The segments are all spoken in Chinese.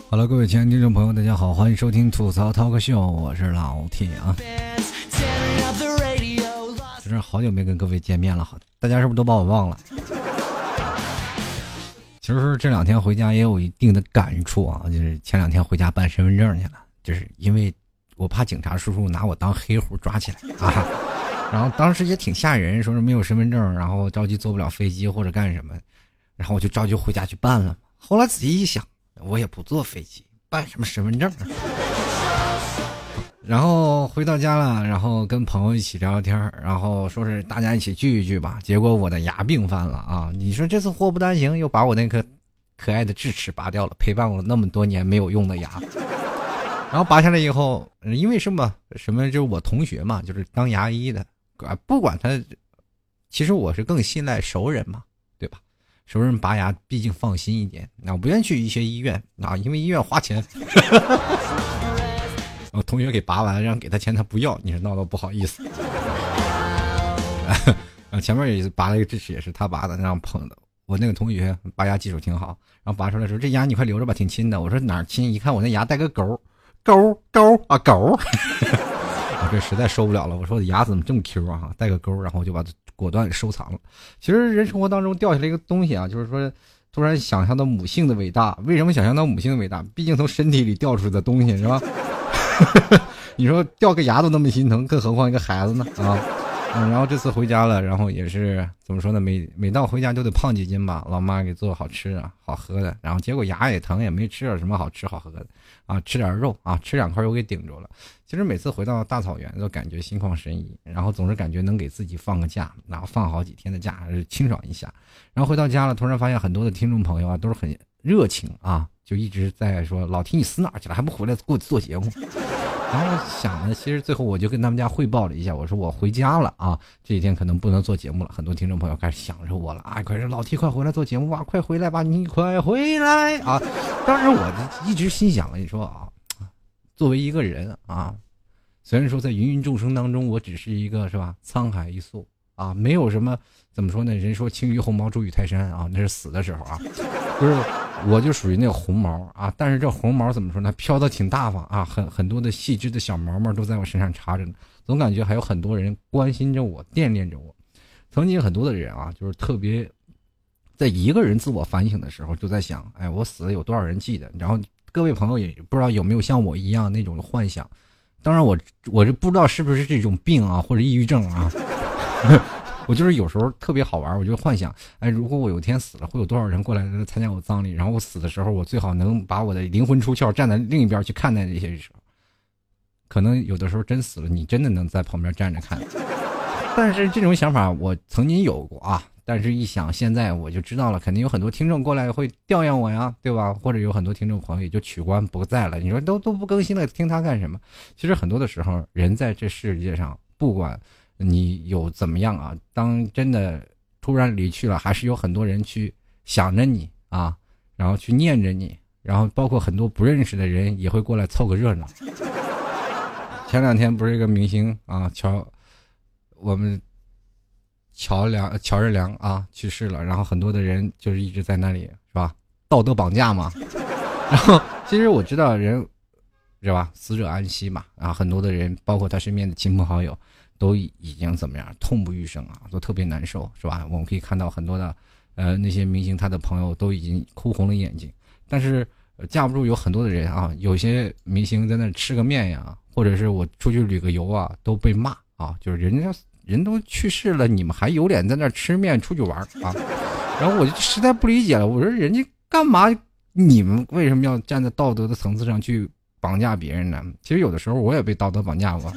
好了，各位亲爱的听众朋友，大家好，欢迎收听吐槽 talk show， 我是老 T 啊。真是好久没跟各位见面了，大家是不是都把我忘了？其实这两天回家也有一定的感触啊，就是前两天回家办身份证去了，就是因为我怕警察叔叔拿我当黑户抓起来啊。然后当时也挺吓人，说是没有身份证，然后着急坐不了飞机或者干什么，然后我就着急回家去办了。后来仔细一想，我也不坐飞机，办什么身份证啊？然后回到家了，然后跟朋友一起聊聊天，然后说是大家一起聚一聚吧。结果我的牙病犯了啊！你说这次祸不单行，又把我那颗可爱的智齿拔掉了，陪伴我那么多年没有用的牙。然后拔下来以后，因为什么就是我同学嘛，就是当牙医的，不管他，其实我是更信赖熟人嘛，对吧？熟人拔牙毕竟放心一点，我不愿意去一些医院啊，因为医院花钱。我同学给拔完，让给他钱他不要，你是闹得不好意思。前面也拔了一个智齿，也是他拔的，让碰的。我那个同学拔牙技术挺好，然后拔出来说：“这牙你快留着吧，挺亲的。”我说：“哪儿亲？”一看我那牙带个钩啊钩。我这实在受不了了，我说我的牙怎么这么 Q 啊？带个钩，然后我就把它果断收藏了。其实人生活当中掉下来一个东西啊，就是说突然想象到母性的伟大。为什么想象到母性的伟大？毕竟从身体里掉出来的东西是吧？你说掉个牙都那么心疼，更何况一个孩子呢啊！然后这次回家了，然后也是怎么说呢？每到回家都得胖几斤吧，老妈给做好吃啊、好喝的，然后结果牙也疼，也没吃点什么好吃好喝的啊，吃点肉啊，吃2块肉给顶住了。其实每次回到大草原都感觉心旷神怡，然后总是感觉能给自己放个假，然后放好几天的假，清爽一下。然后回到家了，突然发现很多的听众朋友啊都是很热情啊，就一直在说老提你死哪儿去了，还不回来给我做节目。然后想呢，其实最后我就跟他们家汇报了一下，我说我回家了啊，这几天可能不能做节目了。很多听众朋友开始想着我了啊，快说老 T 快回来做节目吧，快回来吧，你快回来啊！当时我就一直心想，你说啊，作为一个人啊，虽然说在芸芸众生当中，我只是一个是吧沧海一粟啊，没有什么怎么说呢？人说青于鸿毛，重于泰山啊，那是死的时候啊，就是我就属于那个红毛啊，但是这红毛怎么说呢？飘得挺大方啊，很多的细枝的小毛毛都在我身上插着呢，总感觉还有很多人关心着我，惦念着我。曾经很多的人啊，就是特别在一个人自我反省的时候，就在想，哎，我死了有多少人记得？然后各位朋友也不知道有没有像我一样那种幻想。当然我这不知道是不是这种病啊，或者抑郁症啊。我就是有时候特别好玩，我就幻想，哎，如果我有一天死了，会有多少人过来参加我葬礼？然后我死的时候，我最好能把我的灵魂出窍，站在另一边去看待这些时候。可能有的时候真死了，你真的能在旁边站着看。但是这种想法我曾经有过啊，但是一想现在我就知道了，肯定有很多听众过来会吊唁我呀，对吧？或者有很多听众朋友也就取关不在了。你说都不更新了，听他干什么？其实很多的时候，人在这世界上，不管你有怎么样啊，当真的突然离去了，还是有很多人去想着你啊，然后去念着你，然后包括很多不认识的人也会过来凑个热闹。前两天不是一个明星啊，我们乔任梁啊去世了，然后很多的人就是一直在那里是吧，道德绑架嘛。然后其实我知道人是吧，死者安息嘛，啊，很多的人包括他身边的亲朋好友都已经怎么样痛不欲生啊，都特别难受是吧？我们可以看到很多的那些明星他的朋友都已经哭红了眼睛，但是架不住有很多的人啊，有些明星在那吃个面呀，或者是我出去旅个游啊都被骂啊，就是人都去世了，你们还有脸在那吃面出去玩啊？然后我就实在不理解了，我说人家干嘛？你们为什么要站在道德的层次上去绑架别人呢？其实有的时候我也被道德绑架过，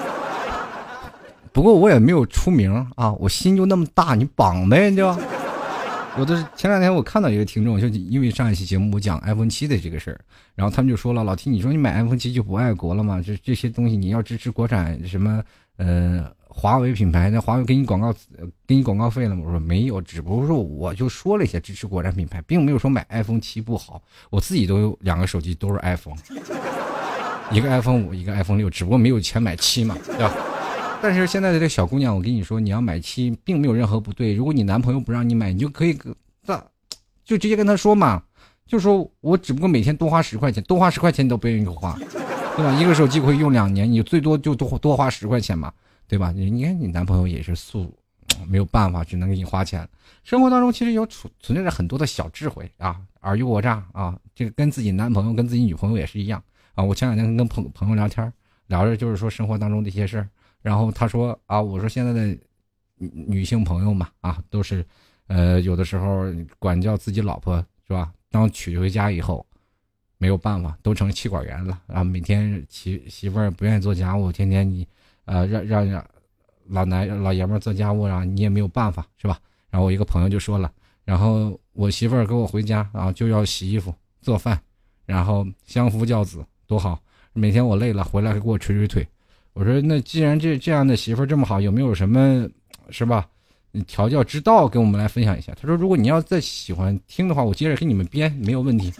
不过我也没有出名啊，我心就那么大，你绑呗就。有的前两天我看到一个听众，就因为上一期节目我讲 iPhone 7的这个事儿，然后他们就说了，老 T 你说你买 iPhone 7就不爱国了吗？这些东西你要支持国产什么华为品牌，那华为给你广告费了吗？我说没有，只不过说我就说了一些支持国产品牌，并没有说买 iPhone 7不好，我自己都有2个手机都是 iPhone， 一个 iPhone 5，一个 iPhone 6，只不过没有钱买7嘛，对吧？但是现在的这小姑娘，我跟你说，你要买7并没有任何不对。如果你男朋友不让你买，你就可以就直接跟他说嘛， 就说我只不过每天多花10块钱，多花10块钱你都不愿意花，对吧？一个手机可以用2年，你最多就多花10块钱嘛，对吧？你看你男朋友也是没有办法，只能给你花钱。生活当中其实存在着很多的小智慧啊，尔虞我诈啊，这个跟自己男朋友跟自己女朋友也是一样啊。我前2天跟朋友聊天，聊着就是说生活当中的一些事儿，然后他说啊，我说现在的女性朋友嘛啊，都是有的时候管教自己老婆是吧？当娶回家以后，没有办法，都成气管炎了啊！每天媳妇儿不愿意做家务，天天你让老爷们儿做家务，然后你也没有办法是吧？然后我一个朋友就说了，然后我媳妇儿跟我回家啊，就要洗衣服做饭，然后相夫教子多好，每天我累了回来给我捶捶腿。我说那既然这样的媳妇儿这么好，有没有什么是吧？你调教之道跟我们来分享一下。他说如果你要再喜欢听的话，我接着给你们编没有问题。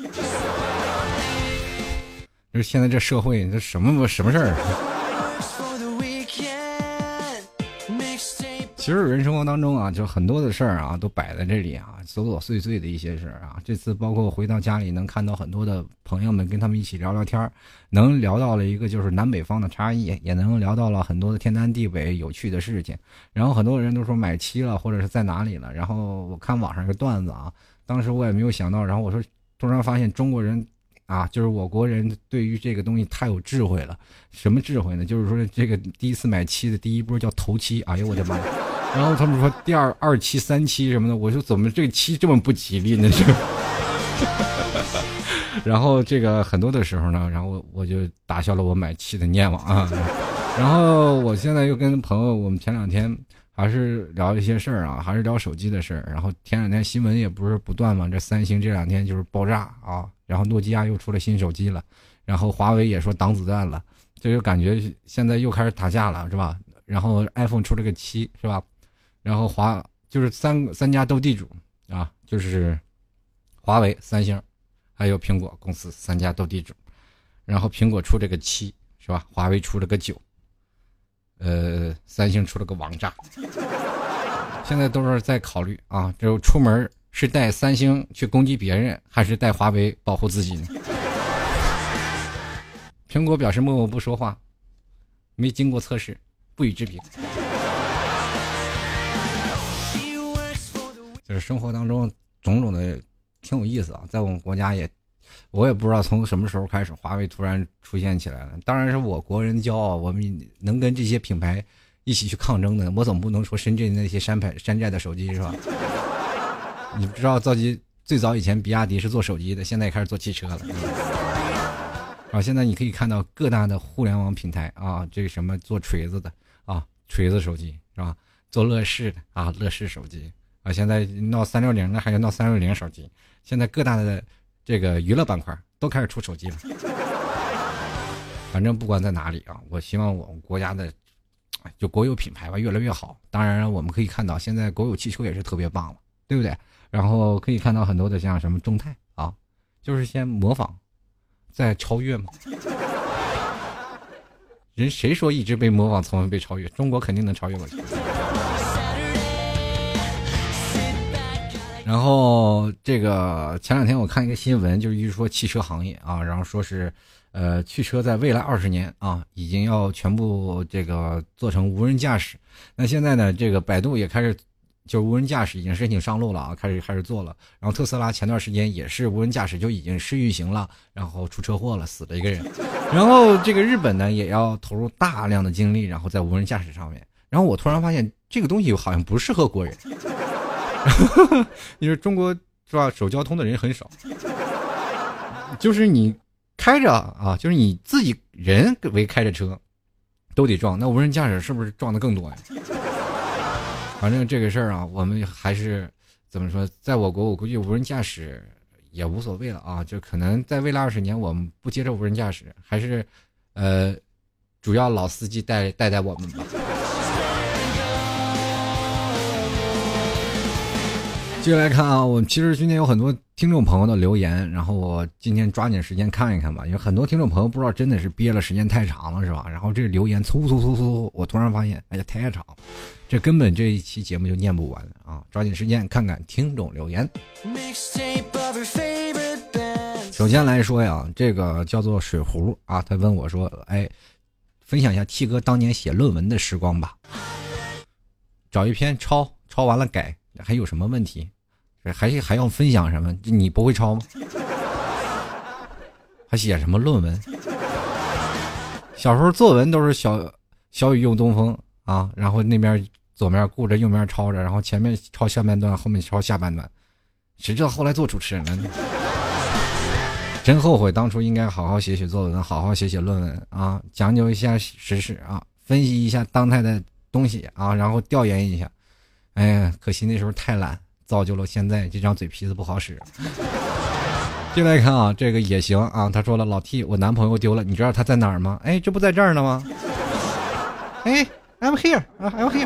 就是现在这社会这什么事儿？其实人生活当中啊，就很多的事儿啊，都摆在这里啊，琐琐碎碎的一些事儿啊。这次包括回到家里，能看到很多的朋友们，跟他们一起聊聊天，能聊到了一个就是南北方的差异，也能聊到了很多的天南地北有趣的事情。然后很多人都说买妻了，或者是在哪里了。然后我看网上有个段子啊，当时我也没有想到，然后我说突然发现中国人啊，就是我国人对于这个东西太有智慧了。什么智慧呢？就是说这个第一次买妻的第一波叫头七，哎呦我的妈！然后他们说第二期、3期什么的，我说怎么这个期这么不吉利呢？然后这个很多的时候呢，然后我就打消了我买妻的念望啊。然后我现在又跟朋友，我们前2天还是聊一些事儿啊，还是聊手机的事儿。然后前2天新闻也不是不断嘛，这三星这2天就是爆炸啊，然后诺基亚又出了新手机了，然后华为也说挡子弹了，这就感觉现在又开始打架了，是吧？然后 iPhone 出了个7，是吧？然后就是三家斗地主啊，就是华为、三星还有苹果公司3家斗地主。然后苹果出了个7，是吧？华为出了个9，三星出了个王炸。现在都是在考虑啊，就出门是带三星去攻击别人，还是带华为保护自己呢？苹果表示默默不说话，没经过测试，不予置评。就是生活当中种种的挺有意思啊，在我们国家我也不知道从什么时候开始，华为突然出现起来了。当然是我国人的骄傲，我们能跟这些品牌一起去抗争的。我总不能说深圳那些山寨的手机是吧？你不知道最早以前比亚迪是做手机的，现在也开始做汽车了。啊，现在你可以看到各大的互联网平台啊，这个什么做锤子的啊，锤子手机是吧？做乐视的啊，乐视手机啊，现在闹360的还有闹360手机。现在各大的这个娱乐板块都开始出手机了。反正不管在哪里啊，我希望我们国家的就国有品牌吧越来越好。当然我们可以看到现在国有汽车也是特别棒了，对不对？然后可以看到很多的像什么众泰啊，就是先模仿再超越嘛。人谁说一直被模仿从未被超越？中国肯定能超越过去。然后这个前2天我看一个新闻，就是一说汽车行业啊，然后说是汽车在未来20年啊，已经要全部这个做成无人驾驶。那现在呢，这个百度也开始就是无人驾驶已经申请上路了啊，开始做了。然后特斯拉前段时间也是无人驾驶就已经试运行了，然后出车祸了，死了一个人。然后这个日本呢也要投入大量的精力，然后在无人驾驶上面。然后我突然发现这个东西好像不适合国人。因为中国是吧，守交通的人很少，就是你开着啊，就是你自己人为开着车都得撞，那无人驾驶是不是撞的更多呀？反正这个事儿啊，我们还是怎么说，在我国我估计无人驾驶也无所谓了啊，就可能在未来20年我们不接受无人驾驶，还是主要老司机带我们吧。接下来看啊，我其实今天有很多听众朋友的留言，然后我今天抓紧时间看一看吧，因为很多听众朋友不知道真的是憋了时间太长了是吧？然后这留言粗，我突然发现，哎呀太长，这根本这一期节目就念不完啊！抓紧时间看看听众留言。 首先来说呀，这个叫做水壶啊，他问我说，哎，分享一下 T 哥当年写论文的时光吧。找一篇抄完了改，还有什么问题？还要分享什么？你不会抄吗？还写什么论文？小时候作文都是小雨用东风啊，然后那边左面顾着，右面抄着，然后前面抄下半段，后面抄下半段。谁知道后来做主持人了呢？真后悔当初应该好好写作文，好好写论文啊，讲究一下时事啊，分析一下当代的东西啊，然后调研一下。哎呀，可惜那时候太懒，造就了现在这张嘴皮子不好使。进来看啊，这个也行啊。他说了，老 T， 我男朋友丢了，你知道他在哪儿吗？哎，这不在这儿呢吗？哎 ，I'm here， I'm here。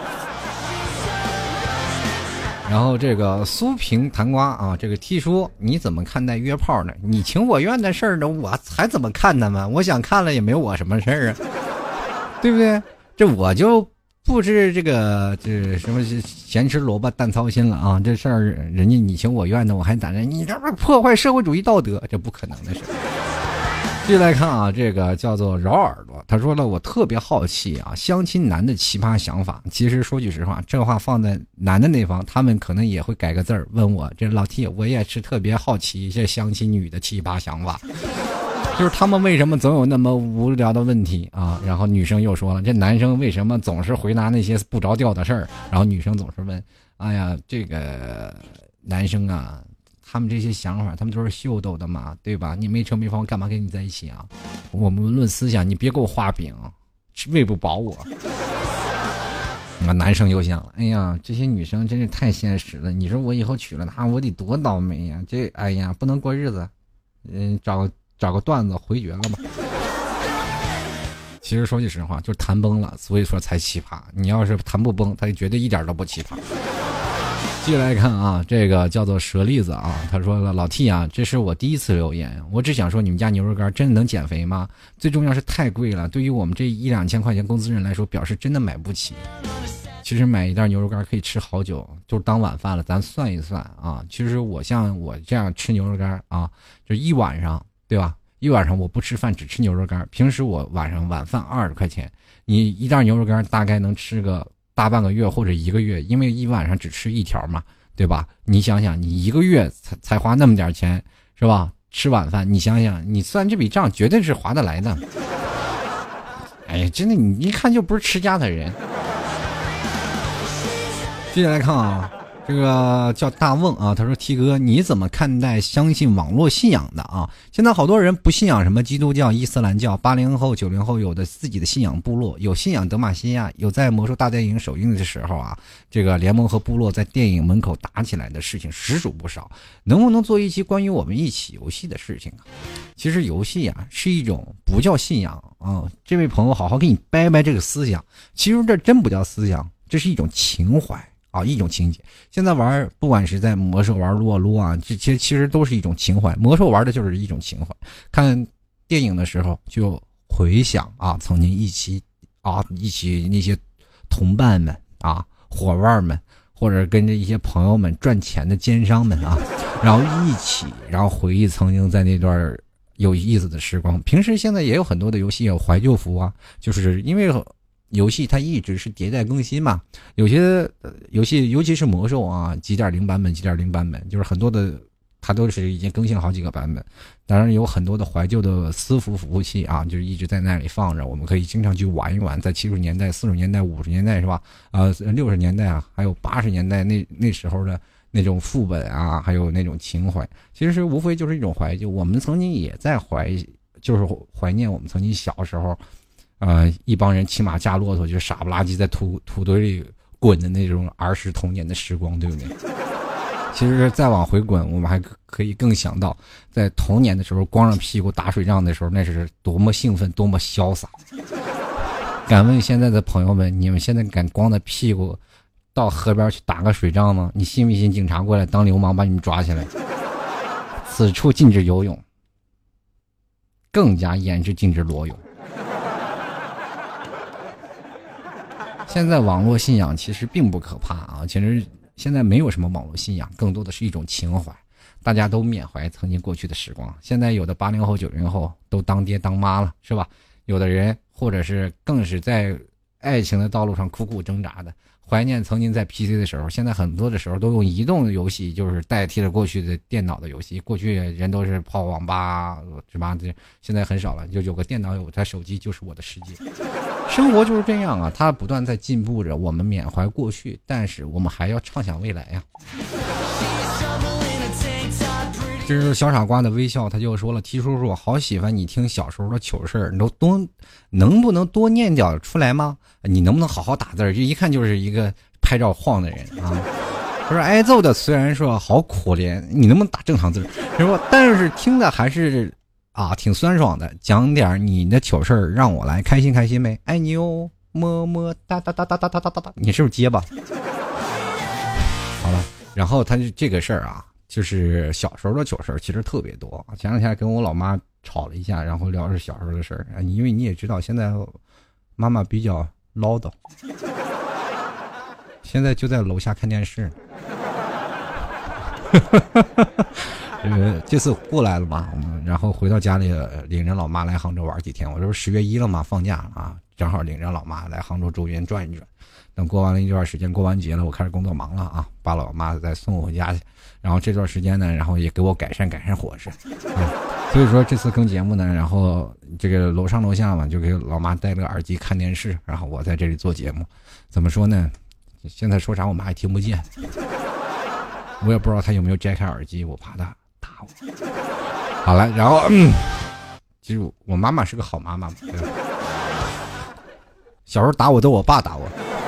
然后这个苏平弹瓜啊，这个 T 叔，你怎么看待约炮呢？你情我愿的事儿呢，我还怎么看呢嘛？我想看了也没我什么事儿啊，对不对？这我就不是这什么咸吃萝卜淡操心了啊！这事儿人家你情我愿的，我还打着你这不破坏社会主义道德，这不可能的事。继续来看啊，这个叫做饶耳朵，他说了，我特别好奇啊，相亲男的奇葩想法。其实说句实话，这话放在男的那方，他们可能也会改个字儿问我，这老 T， 我也是特别好奇这相亲女的奇葩想法。就是他们为什么总有那么无聊的问题啊？然后女生又说了，这男生为什么总是回答那些不着调的事儿？然后女生总是问，哎呀，这个男生啊，他们这些想法，他们都是秀逗的嘛，对吧？你没车没房，干嘛跟你在一起啊？我们论思想，你别给我画饼，喂不饱我。那男生又想了，哎呀，这些女生真是太现实了。你说我以后娶了她，我得多倒霉呀！这，哎呀，不能过日子。找个段子回绝了吧。其实说句实话，就是谈崩了，所以说才奇葩。你要是谈不崩，他就绝对一点都不奇葩。继续来看啊，这个叫做蛇栗子啊，他说了，老 T 啊，这是我第一次留言，我只想说你们家牛肉干真的能减肥吗？最重要是太贵了，对于我们这1-2千块钱工资人来说，表示真的买不起。其实买一袋牛肉干可以吃好久，就是当晚饭了。咱算一算啊，其实像我这样吃牛肉干啊，就一晚上。对吧？一晚上我不吃饭，只吃牛肉干。平时我晚饭20块钱，你一袋牛肉干大概能吃个大半个月或者1个月，因为一晚上只吃一条嘛，对吧？你想想，你1个月才花那么点钱，是吧？吃晚饭，你想想，你算这笔账绝对是划得来的。哎呀，真的，你一看就不是持家的人。接下来看啊。这个叫大瓮啊，他说 T 哥你怎么看待相信网络信仰的啊？现在好多人不信仰什么基督教、伊斯兰教，80后、90后有的自己的信仰部落，有信仰德玛西亚，有在魔兽大电影首映的时候啊，这个联盟和部落在电影门口打起来的事情实属不少。能不能做一期关于我们一起游戏的事情啊？其实游戏啊是一种不叫信仰啊，这位朋友好好给你掰掰这个思想，其实这真不叫思想，这是一种情怀。啊，一种情节。现在玩，不管是在魔兽玩撸啊撸啊，这其实都是一种情怀。魔兽玩的就是一种情怀。看电影的时候就回想啊，曾经一起那些同伴们啊、伙伴们，或者跟着一些朋友们赚钱的奸商们啊，然后一起，然后回忆曾经在那段有意思的时光。平时现在也有很多的游戏有怀旧服啊，就是因为游戏它一直是迭代更新嘛，有些游戏尤其是魔兽啊，几点零版本，就是很多的它都是已经更新了好几个版本。当然有很多的怀旧的私服服务器啊，就是一直在那里放着，我们可以经常去玩一玩。在70年代、40年代、50年代是吧？60年代啊，还有80年代那时候的那种副本啊，还有那种情怀，其实无非就是一种怀旧。我们曾经也在怀念我们曾经小时候。一帮人骑马驾骆驼，就傻不拉几在土堆里滚的那种儿时童年的时光，对不对？其实再往回滚，我们还可以更想到，在童年的时候光着屁股打水仗的时候，那是多么兴奋，多么潇洒。敢问现在的朋友们，你们现在敢光着屁股到河边去打个水仗吗？你信不信警察过来当流氓把你们抓起来？此处禁止游泳，更加严制禁止裸泳。现在网络信仰其实并不可怕啊，其实现在没有什么网络信仰，更多的是一种情怀。 大家都缅怀曾经过去的时光。现在有的80后、90后都当爹当妈了，是吧？有的人或者是更是在爱情的道路上苦苦挣扎的，怀念曾经在 PC 的时候。现在很多的时候都用移动游戏，就是代替了过去的电脑的游戏。过去人都是泡网吧，是吧？现在很少了，就有个电脑有台手机就是我的世界。生活就是这样啊，它不断在进步着。我们缅怀过去，但是我们还要畅想未来呀。这是小傻瓜的微笑，他就说了：“T叔叔，我好喜欢你听小时候的糗事儿，能不能多念点出来吗？你能不能好好打字？这一看就是一个拍照晃的人啊。”他说：“挨揍的虽然说好可怜，你能不能打正常字？说但是听的还是挺酸爽的。讲点你的糗事儿，让我来开心开心呗。爱你哦，么么哒哒哒哒哒哒哒哒。你是不是结巴？好了，然后他就这个事儿啊。”就是小时候的糗事其实特别多。前两天跟我老妈吵了一下，然后聊着小时候的事儿。因为你也知道，现在妈妈比较唠叨，现在就在楼下看电视。这次过来了嘛，然后回到家里领着老妈来杭州玩几天。我这不10月1了嘛，放假啊，正好领着老妈来杭州周边转一转。等过完了一段时间，过完节了，我开始工作忙了啊，把老妈再送我回家去。然后这段时间呢，然后也给我改善伙食所以说这次更节目呢，然后这个楼上楼下嘛，就给老妈戴了个耳机看电视，然后我在这里做节目。怎么说呢？现在说啥我妈还听不见，我也不知道她有没有摘开耳机，我怕她打我。好了，然后其实我妈妈是个好妈妈，小时候打我都我爸打我。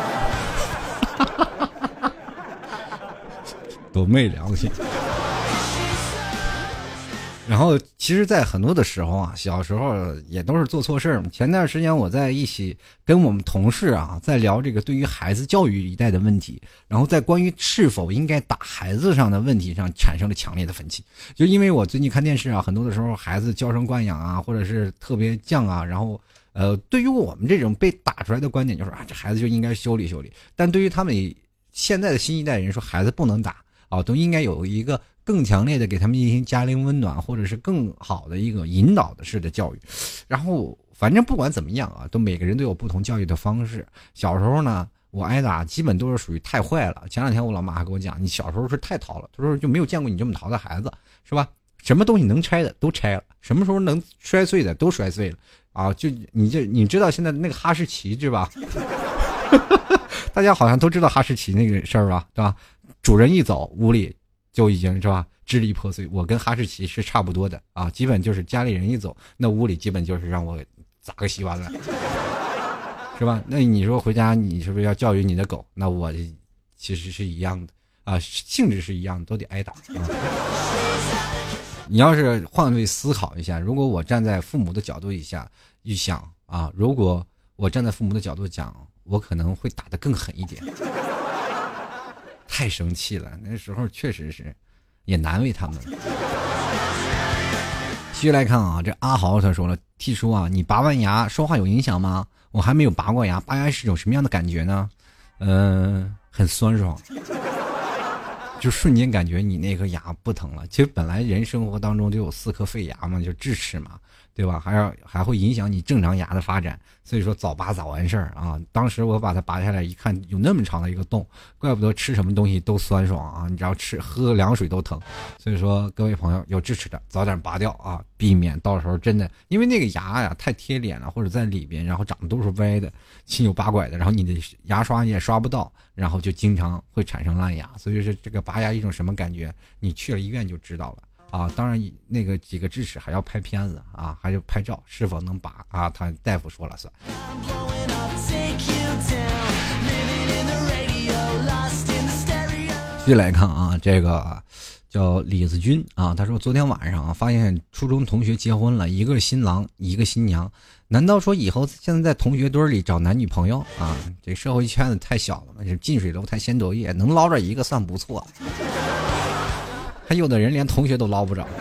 多没良心。然后其实在很多的时候啊，小时候也都是做错事儿。前段时间我在一起跟我们同事啊在聊这个对于孩子教育一代的问题，然后在关于是否应该打孩子上的问题上产生了强烈的分歧。就因为我最近看电视啊，很多的时候孩子娇生惯养啊，或者是特别犟啊，然后对于我们这种被打出来的观点就是这孩子就应该修理修理，但对于他们现在的新一代人说孩子不能打都应该有一个更强烈的给他们进行家庭温暖，或者是更好的一个引导的式的教育。然后反正不管怎么样啊，都每个人都有不同教育的方式。小时候呢，我挨打基本都是属于太坏了。前两天我老妈还跟我讲，你小时候是太淘了，她说就没有见过你这么淘的孩子，是吧？什么东西能拆的都拆了，什么时候能摔碎的都摔碎了啊！就你知道现在那个哈士奇是吧？大家好像都知道哈士奇那个事儿吧，对吧？主人一走，屋里就已经是吧支离破碎。我跟哈士奇是差不多的啊，基本就是家里人一走，那屋里基本就是让我砸个稀巴烂，是吧？那你说回家你是不是要教育你的狗？那我其实是一样的啊，性质是一样的，都得挨打啊。你要是换位思考一下，如果我站在父母的角度一想啊，如果我站在父母的角度讲，我可能会打得更狠一点。太生气了，那时候确实是也难为他们。继续来看啊，这阿豪他说了，T叔啊，你拔完牙说话有影响吗？我还没有拔过牙，拔牙是种什么样的感觉呢？很酸爽，就瞬间感觉你那颗牙不疼了。其实本来人生活当中就有4颗废牙嘛，就智齿嘛，对吧？还会影响你正常牙的发展，所以说早拔早完事儿啊。当时我把它拔下来一看，有那么长的一个洞，怪不得吃什么东西都酸爽啊，你只要喝凉水都疼。所以说各位朋友有智齿的早点拔掉啊，避免到时候真的因为那个牙呀太贴脸了，或者在里边然后长得都是歪的七扭八拐的，然后你的牙刷也刷不到，然后就经常会产生烂牙。所以说这个拔牙一种什么感觉，你去了医院就知道了啊。当然那个几个智齿还要拍片子啊，还要拍照，是否能拔啊，他大夫说了算。继续来看啊，这个叫李子君啊，他说昨天晚上发现初中同学结婚了，一个新郎一个新娘，难道说以后现在在同学堆里找男女朋友啊？这社会圈子太小了嘛，这近水楼台先得月，能捞着一个算不错，还有的人连同学都捞不着。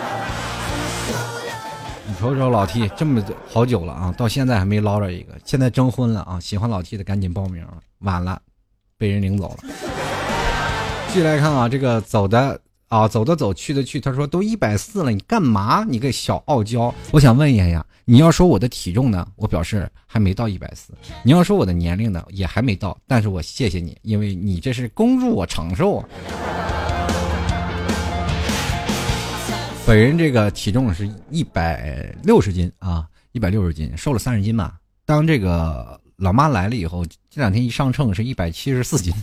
你瞅瞅老 T 这么好久了啊，到现在还没捞着一个，现在征婚了啊，喜欢老 T 的赶紧报名，晚了被人领走了。继续来看啊，这个走的啊，走的走，去的去。他说都140了，你干嘛？你个小傲娇！我想问一下呀，你要说我的体重呢，我表示还没到140；你要说我的年龄呢，也还没到。但是我谢谢你，因为你这是恭祝我长寿啊。本人这个体重是160斤啊，160斤，瘦了30斤嘛。当这个老妈来了以后，这2天一上秤是174斤。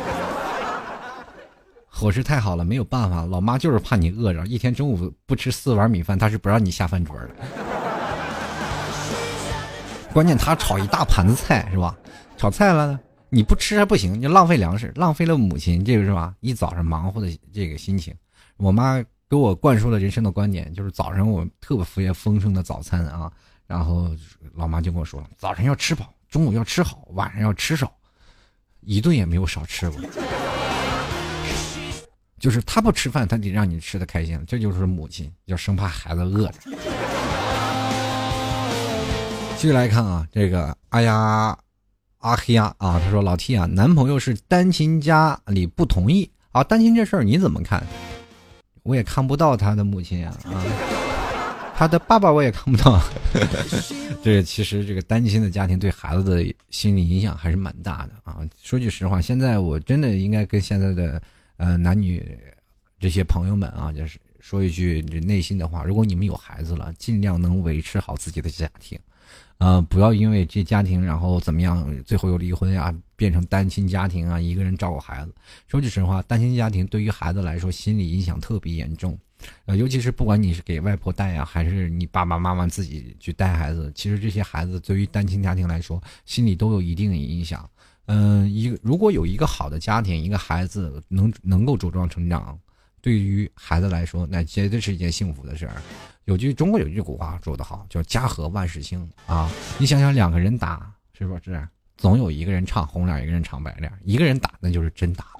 伙食太好了，没有办法，老妈就是怕你饿着，一天中午不吃4碗米饭，她是不让你下饭桌的。关键她炒一大盘子菜是吧？炒菜了你不吃还不行，就浪费粮食，浪费了母亲这个是吧？一早上忙活的这个心情。我妈给我灌输了人生的观点，就是早上我特别丰盛的早餐啊，然后老妈就跟我说了，早上要吃饱，中午要吃好，晚上要吃少，一顿也没有少吃过。就是他不吃饭，他得让你吃的开心，这就是母亲，就生怕孩子饿着。继续来看啊，这个阿黑呀啊，他说老 T 啊，男朋友是单亲家里不同意啊，单亲这事儿你怎么看？我也看不到他的母亲啊，他的爸爸我也看不到。这其实这个单亲的家庭对孩子的心理影响还是蛮大的啊。说句实话，现在我真的应该跟现在的男女这些朋友们啊，就是说一句内心的话，如果你们有孩子了，尽量能维持好自己的家庭，不要因为这家庭然后怎么样，最后又离婚啊，变成单亲家庭啊，一个人照顾孩子。说句实话，单亲家庭对于孩子来说心理影响特别严重，尤其是不管你是给外婆带啊，还是你爸爸妈妈自己去带孩子，其实这些孩子对于单亲家庭来说，心理都有一定的影响。如果有一个好的家庭，一个孩子能够茁壮成长，对于孩子来说，那绝对是一件幸福的事儿。中国有句古话说得好，叫家和万事兴啊。你想想2个人打，是不是总有一个人唱红脸，一个人唱白脸，一个人打那就是真打。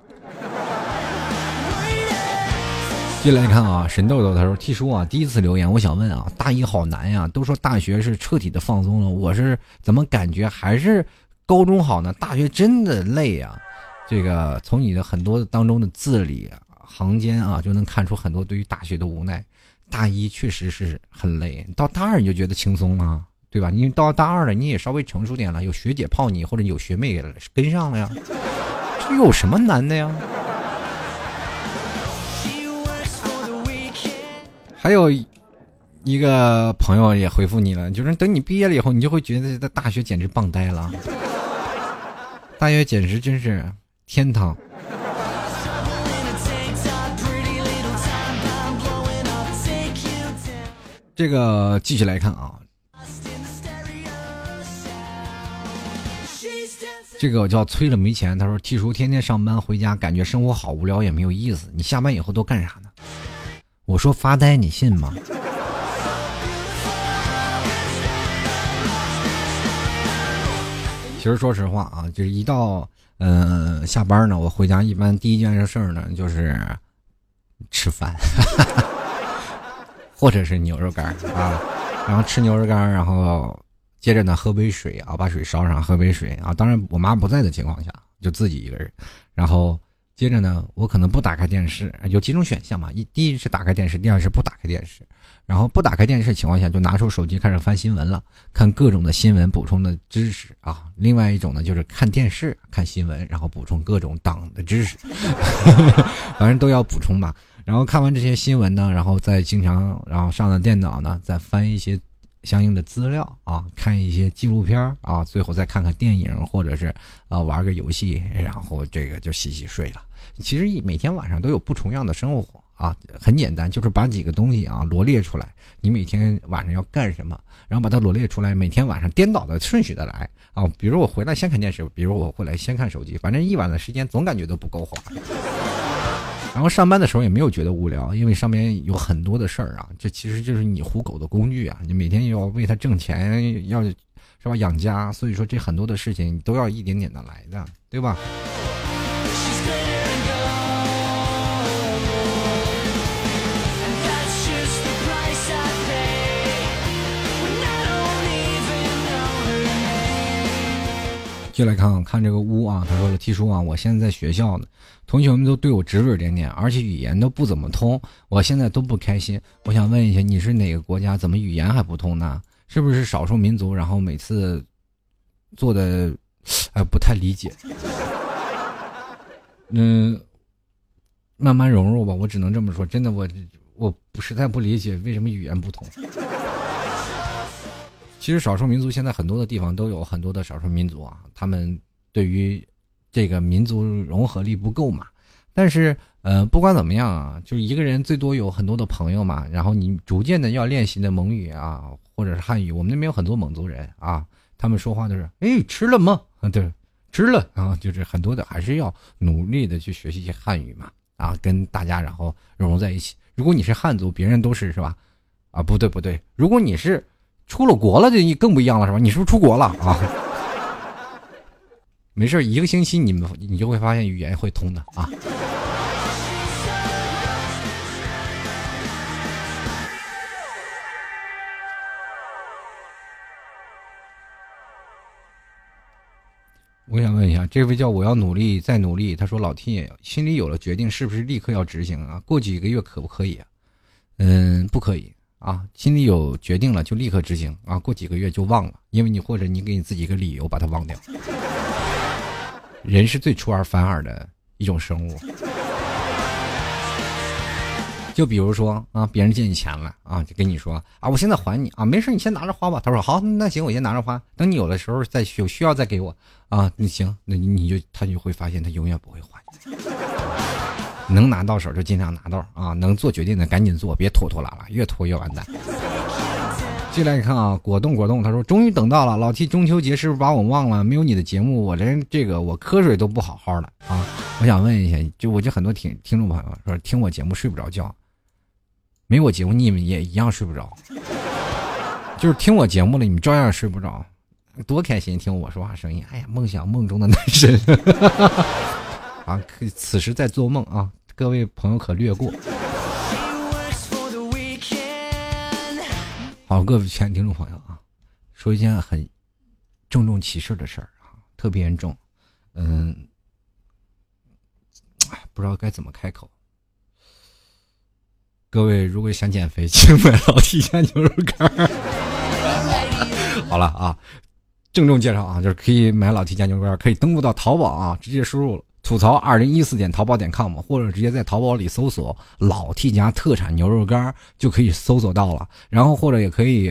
接下来看啊，神豆豆他说 T 叔啊，第一次留言，我想问啊，大一好难呀，都说大学是彻底的放松了，我是怎么感觉还是高中好呢？大学真的累啊！这个从你的很多当中的字里行间啊，就能看出很多对于大学的无奈。大一确实是很累，到大二你就觉得轻松了，对吧？你到大二了，你也稍微成熟点了，有学姐泡你，或者有学妹跟上了呀，这有什么难的呀？还有一个朋友也回复你了，就是等你毕业了以后，你就会觉得在大学简直棒呆了，大学简直真是天堂。这个继续来看啊，这个叫催了没钱，他说 T 叔天天上班回家，感觉生活好无聊也没有意思，你下班以后都干啥呢？我说发呆，你信吗？其实说实话啊，就是一到下班呢，我回家一般第一件事呢就是吃饭。或者是牛肉干啊，然后吃牛肉干，然后接着呢喝杯水啊，把水烧上，喝杯水啊。当然我妈不在的情况下，就自己一个人。然后接着呢，我可能不打开电视，有几种选项嘛。第一是打开电视，第二是不打开电视。然后不打开电视的情况下，就拿出手机开始翻新闻了，看各种的新闻补充的知识啊。另外一种呢，就是看电视看新闻，然后补充各种党的知识，反正都要补充吧。然后看完这些新闻呢，然后再然后上了电脑呢，再翻一些相应的资料啊，看一些纪录片啊，最后再看看电影，或者是玩个游戏，然后这个就洗睡了。其实每天晚上都有不重样的生活啊，很简单，就是把几个东西啊罗列出来，你每天晚上要干什么，然后把它罗列出来，每天晚上颠倒的顺序的来啊。比如我回来先看电视，比如我回来先看手机，反正一晚的时间总感觉都不够花。然后上班的时候也没有觉得无聊，因为上面有很多的事儿啊，这其实就是你糊口的工具啊，你每天要为他挣钱，要是吧养家，所以说这很多的事情都要一点点的来的，对吧？ 就来看这个屋啊，他说了，T叔啊，我现在在学校呢，同学们都对我指指点点，而且语言都不怎么通，我现在都不开心。我想问一下，你是哪个国家？怎么语言还不通呢？是不是少数民族？然后每次做的，不太理解。慢慢融入吧，我只能这么说。真的，我实在不理解为什么语言不同。其实少数民族现在很多的地方都有很多的少数民族啊，他们对于这个民族融合力不够嘛。但是不管怎么样啊，就是一个人最多有很多的朋友嘛，然后你逐渐的要练习的蒙语啊，或者是汉语。我们那边有很多蒙族人啊，他们说话都是吃了吗？对，吃了啊，就是很多的还是要努力的去学习一些汉语嘛，啊，跟大家然后融入在一起。如果你是汉族，别人都是吧？啊，不对，如果你是出了国了，就更不一样了，是吧？你是不是出国了啊？没事，一个星期你就会发现语言会通的啊。我想问一下，这位叫我要努力再努力，他说老 T 心里有了决定，是不是立刻要执行啊？过几个月可不可以啊？不可以啊，心里有决定了就立刻执行啊，过几个月就忘了，因为或者你给你自己一个理由把它忘掉。人是最出尔反尔的一种生物。就比如说啊，别人借你钱了啊，就跟你说啊，我现在还你啊，没事，你先拿着花吧。他说好，那行，我先拿着花，等你有的时候再有需要再给我啊。你行，那他就会发现他永远不会还你。能拿到手就尽量拿到啊，能做决定的赶紧做，别拖拖拉拉，越拖越完蛋。进来看啊，果冻，他说终于等到了，老 T 中秋节是不是把我忘了？没有你的节目，我连我瞌睡都不好好的啊。我想问一下，我很多听众朋友说听我节目睡不着觉，没我节目你们也一样睡不着，就是听我节目了你们照样睡不着，多开心听我说话声音，哎呀，梦中的男神啊，此时在做梦啊，各位朋友可略过。好，各位亲爱的听众朋友啊，说一件很郑重其事的事儿啊，特别严重，不知道该怎么开口。各位如果想减肥，请买老 T 家牛肉干。好了啊，郑重介绍啊，就是可以买老 T 家牛肉干，可以登录到淘宝啊，直接输入吐槽2014淘宝.com， 或者直接在淘宝里搜索老 T 家特产牛肉干就可以搜索到了。然后或者也可以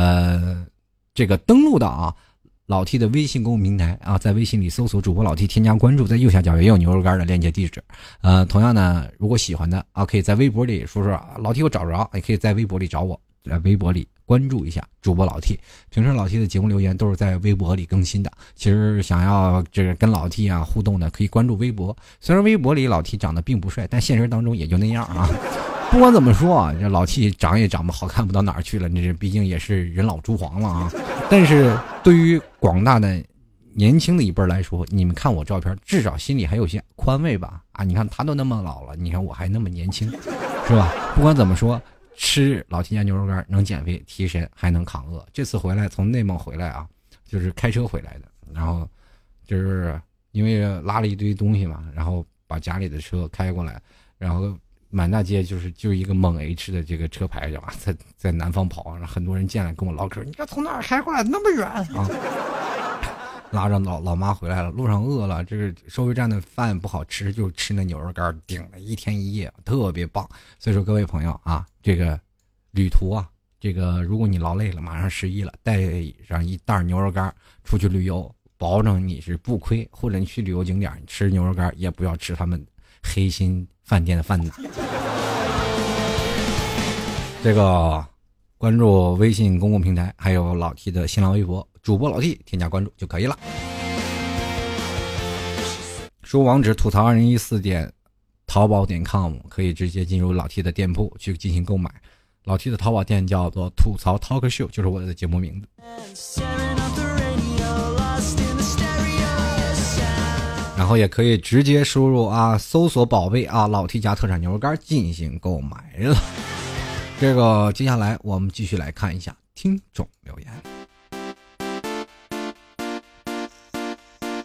登录到啊老 T 的微信公众平台啊，在微信里搜索主播老 T 添加关注，在右下角也有牛肉干的链接地址。同样呢，如果喜欢的啊，可以在微博里说说老 T 我找着，也可以在微博里找我，在微博里关注一下主播老 T。平时老 T 的节目留言都是在微博里更新的，其实想要跟老 T 啊互动的，可以关注微博。虽然微博里老 T 长得并不帅，但现实当中也就那样啊。不管怎么说啊，这老 T 长也长不好看不到哪儿去了，这毕竟也是人老珠黄了啊。但是对于广大的年轻的一辈来说，你们看我照片，至少心里还有些宽慰吧？啊，你看他都那么老了，你看我还那么年轻，是吧？不管怎么说，吃老 T 家牛肉干能减肥提神，还能抗饿。这次回来从内蒙回来啊，就是开车回来的，然后就是因为拉了一堆东西嘛，然后把家里的车开过来，然后满大街就一个猛 H 的这个车牌啊，在南方跑，然后很多人见了跟我唠嗑，你这从哪儿开过来那么远啊？拉着老妈回来了，路上饿了，这个收费站的饭不好吃，就吃那牛肉干顶了一天一夜，特别棒。所以说各位朋友啊，这个旅途啊，如果你劳累了，马上11了，带上一袋牛肉干出去旅游，保证你是不亏。或者你去旅游景点吃牛肉干，也不要吃他们黑心饭店的饭呢。关注微信公共平台，还有老 T 的新浪微博，主播老 T 添加关注就可以了。输入网址吐槽2014淘宝.com， 可以直接进入老 T 的店铺去进行购买。老 T 的淘宝店叫做吐槽 Talk Show， 就是我的节目名字。然后也可以直接输入啊，搜索宝贝啊，老 T 家特产牛肉干进行购买了。接下来我们继续来看一下听众留言。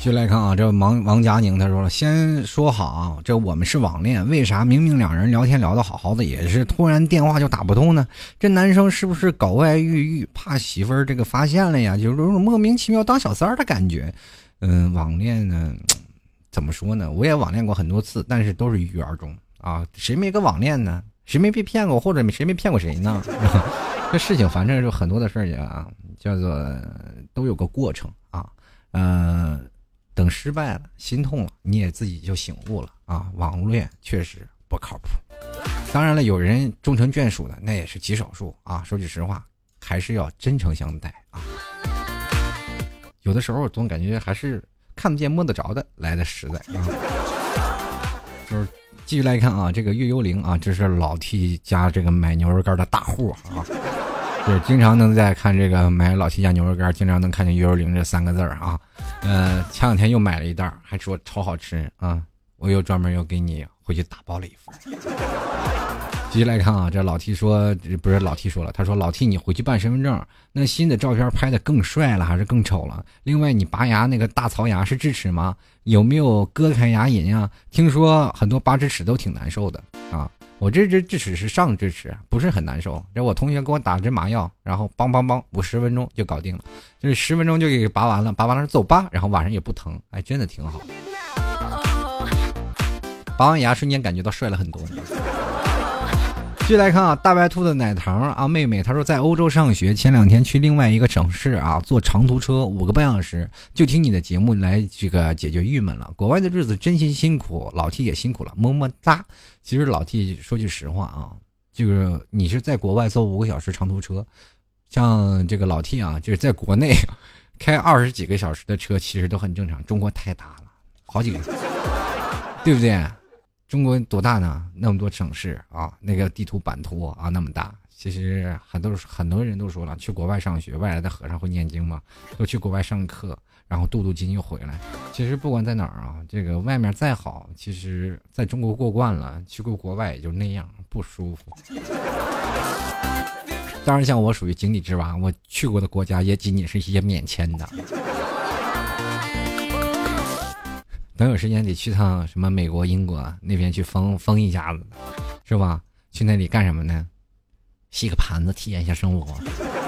就来看啊，这王佳宁他说了，先说好啊，这我们是网恋，为啥明明两人聊天聊得好好的，也是突然电话就打不通呢？这男生是不是搞外遇，怕媳妇儿这个发现了呀？就是种莫名其妙当小三儿的感觉。网恋呢，怎么说呢？我也网恋过很多次，但是都是郁郁而终啊。谁没个网恋呢？谁没被骗过，或者谁没骗过谁呢？这事情反正就很多的事儿啊，叫做都有个过程啊。等失败了，心痛了，你也自己就醒悟了啊！网恋确实不靠谱。当然了，有人终成眷属的，那也是极少数啊。说句实话，还是要真诚相待啊。有的时候总感觉还是看不见摸得着的来的实在啊。就是继续来看啊，这个月幽灵啊，这是老 T 家这个买牛肉干的大户啊。对，经常能在看这个买老 T 家牛肉干，经常能看见月幽灵这3个字啊。前两天又买了一袋，还说超好吃啊！我又专门又给你回去打包了一份。继续来看啊，这老 T 说，不是老 T 说了，他说老 T 你回去办身份证，那新的照片拍的更帅了还是更丑了？另外你拔牙那个大槽牙是智齿吗？有没有割开牙龈啊？听说很多拔智齿都挺难受的啊。我这智齿是上智齿，不是很难受。这我同学给我打针麻药，然后梆50分钟就搞定了，就是10分钟就给拔完了，拔完了走吧，然后晚上也不疼，哎，真的挺好。拔完牙瞬间感觉到帅了很多。继续来看啊，大白兔的奶糖啊，妹妹她说在欧洲上学，前2天去另外一个城市啊，坐长途车5个半小时，就听你的节目来这个解决郁闷了。国外的日子真心辛苦，老 T 也辛苦了，么么哒。其实老 T 说句实话啊，就是你是在国外坐5个小时长途车，像这个老 T 啊，就是在国内开20几个小时的车，其实都很正常。中国太大了，好几个，对不对？中国多大呢？那么多城市啊，那个地图版图啊那么大。其实很多人都说了，去国外上学，外来的和尚会念经嘛，都去国外上课，然后镀金又回来。其实不管在哪儿啊，这个外面再好，其实在中国过惯了，去过国外也就那样，不舒服。当然，像我属于井底之蛙，我去过的国家也仅仅是一些免签的。等有时间得去趟什么美国、英国那边去疯一下子，是吧？去那里干什么呢？洗个盘子，体验一下生活。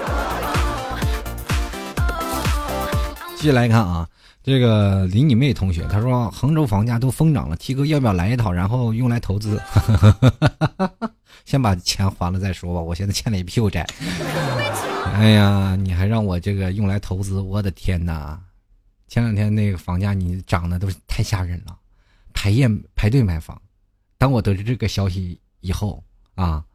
继续来看啊，这个李你妹同学，他说杭州房价都疯涨了，T 哥要不要来一套，然后用来投资？先把钱还了再说吧，我现在欠了一屁股债。哎呀，你还让我这个用来投资，我的天哪！前2天那个房价你涨的都是太吓人了，排队买房。当我得知这个消息以后啊，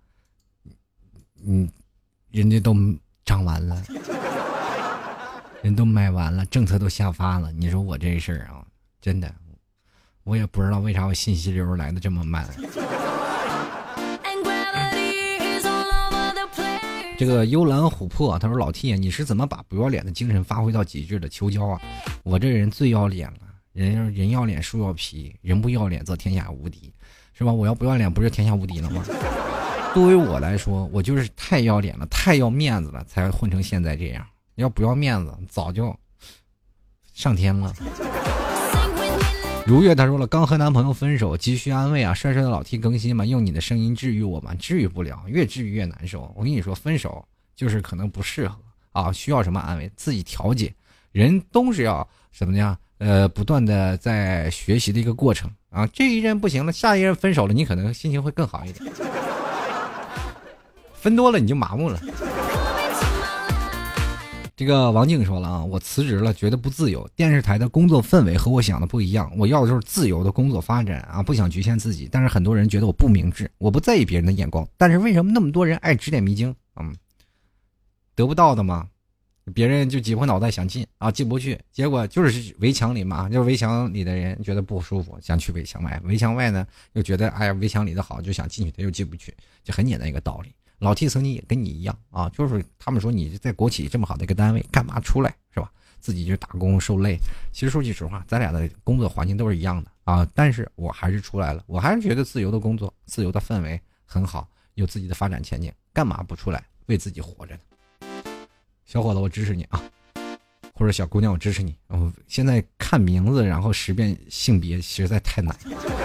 人家都涨完了，人都买完了，政策都下发了。你说我这事儿啊，真的，我也不知道为啥我信息流来的这么慢。这个幽兰琥珀他说老 T 你是怎么把不要脸的精神发挥到极致的？求教啊！我这人最要脸了，人要脸树要皮，人不要脸则天下无敌，是吧？我要不要脸不是天下无敌了吗？作为我来说，我就是太要脸了，太要面子了，才混成现在这样。要不要面子早就上天了。如月他说了，刚和男朋友分手，急需安慰啊！帅帅的老 T 更新嘛，用你的声音治愈我嘛，治愈不了，越治愈越难受。我跟你说，分手就是可能不适合啊，需要什么安慰，自己调节。人都是要什么呀？不断的在学习的一个过程啊。这一任不行了，下一任分手了，你可能心情会更好一点。分多了你就麻木了。这个王静说了啊，我辞职了，觉得不自由。电视台的工作氛围和我想的不一样，我要的就是自由的工作发展啊，不想局限自己。但是很多人觉得我不明智，我不在意别人的眼光，但是为什么那么多人爱指点迷津？得不到的嘛，别人就挤破脑袋想进啊，进不去，结果就是围墙里嘛，就是围墙里的人觉得不舒服，想去围墙外，围墙外呢又觉得哎呀围墙里的好，就想进去，他又进不去，就很简单一个道理。老 T 曾经也跟你一样啊，就是他们说你在国企这么好的一个单位，干嘛出来是吧？自己就打工受累。其实说句实话，咱俩的工作环境都是一样的啊，但是我还是出来了，我还是觉得自由的工作、自由的氛围很好，有自己的发展前景，干嘛不出来为自己活着呢？小伙子，我支持你啊！ 或者小姑娘我支持你。现在看名字然后识别性别实在太难。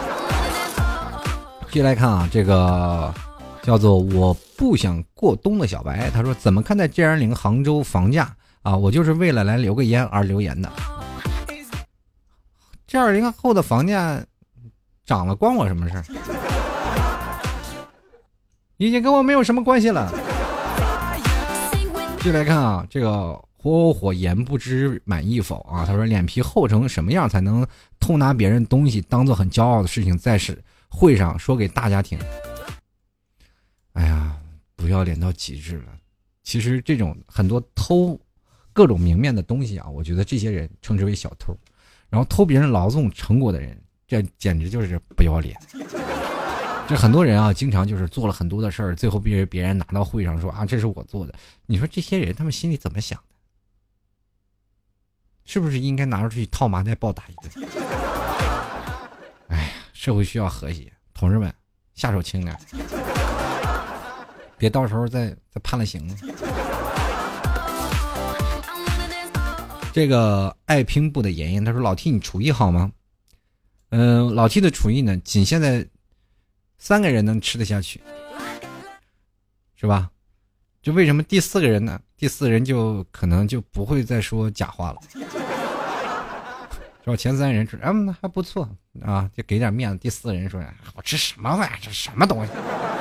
继续来看啊，这个叫做我不想过冬的小白，他说怎么看待 G20 杭州房价啊？我就是为了来留个言而留言的。G20 后的房价涨了关我什么事儿？已经跟我没有什么关系了。继续来看啊，这个火火言不知满意否啊？他说脸皮厚成什么样才能偷拿别人东西当做很骄傲的事情在会上说给大家听？哎呀，不要脸到极致了。其实这种很多偷各种明面的东西啊，我觉得这些人称之为小偷，然后偷别人劳动成果的人，这简直就是不要脸。这很多人啊，经常就是做了很多的事儿，最后别人拿到会上说啊，这是我做的。你说这些人他们心里怎么想的？是不是应该拿出去套麻袋暴打一顿？哎呀，社会需要和谐，同志们下手轻点，别到时候再判了刑了。这个爱拼部的妍妍他说老 T 你厨艺好吗？老 T 的厨艺呢，仅现在3个人能吃得下去，是吧？就为什么第4个人呢？第4人就可能就不会再说假话了，是吧？前3人吃，还不错啊，就给点面子。第4人说，我吃什么玩意儿？这什么东西？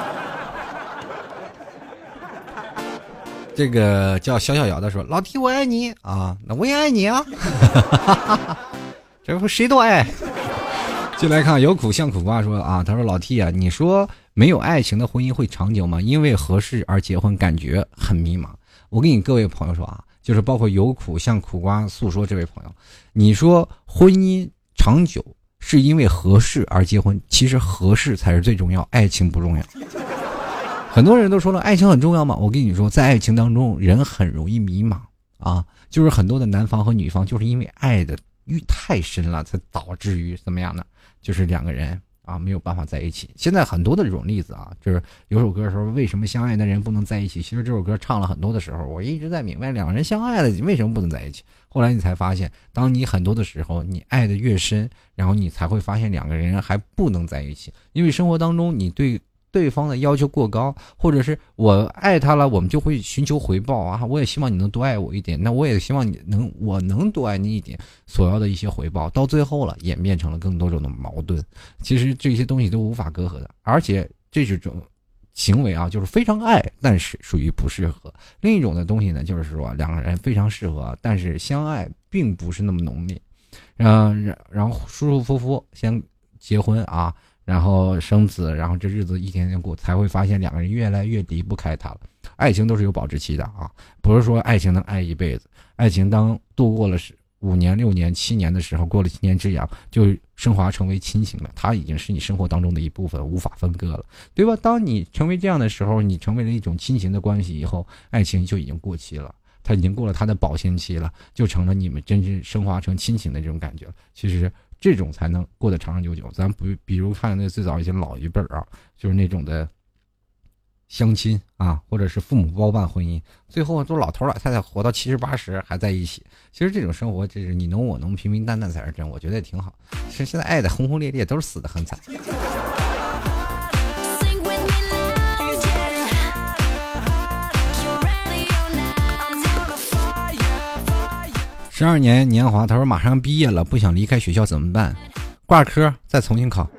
这个叫小小瑶的说，老 T 我爱你啊，那我也爱你啊，这不谁都爱。就来看有苦像苦瓜说啊，他说老 T 啊，你说没有爱情的婚姻会长久吗？因为合适而结婚，感觉很迷茫。我跟你各位朋友说啊，就是包括有苦像苦瓜诉说这位朋友，你说婚姻长久是因为合适而结婚，其实合适才是最重要，爱情不重要。很多人都说了爱情很重要吗？我跟你说，在爱情当中人很容易迷茫啊，就是很多的男方和女方就是因为爱的太深了，才导致于怎么样呢？就是2个人啊没有办法在一起。现在很多的这种例子啊，就是有首歌说为什么相爱的人不能在一起，其实这首歌唱了很多的时候，我一直在明白2个人相爱了为什么不能在一起。后来你才发现，当你很多的时候你爱的越深，然后你才会发现2个人还不能在一起，因为生活当中你对方的要求过高，或者是我爱他了，我们就会寻求回报啊！我也希望你能多爱我一点，那我也希望我能多爱你一点，所要的一些回报，到最后了演变成了更多种的矛盾。其实这些东西都无法隔阂的，而且这种行为啊，就是非常爱，但是属于不适合。另一种的东西呢，就是说2个人非常适合，但是相爱并不是那么浓烈，然后舒舒服服先结婚啊。然后生子，然后这日子一天天过，才会发现2个人越来越离不开他了。爱情都是有保质期的啊，不是说爱情能爱一辈子。爱情当度过了5年、6年、7年的时候，过了7年之痒，就升华成为亲情了。它已经是你生活当中的一部分，无法分割了，对吧？当你成为这样的时候，你成为了一种亲情的关系以后，爱情就已经过期了，它已经过了它的保鲜期了，就成了你们真正升华成亲情的这种感觉了。其实这种才能过得长长久久。咱比如看那最早一些老一辈啊，就是那种的相亲啊，或者是父母包办婚姻，最后都老头老太太活到70、80还在一起。其实这种生活，这是你侬我侬，平平淡淡才是真，我觉得也挺好。其实现在爱的轰轰烈烈，都是死得很惨。12年年华，他说马上毕业了，不想离开学校怎么办？挂科再重新考。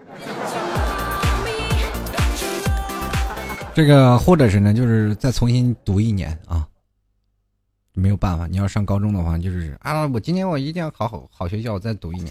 这个或者是呢，就是再重新读1年啊，没有办法。你要上高中的话，就是啊，我今年我一定要考好学校，我再读1年。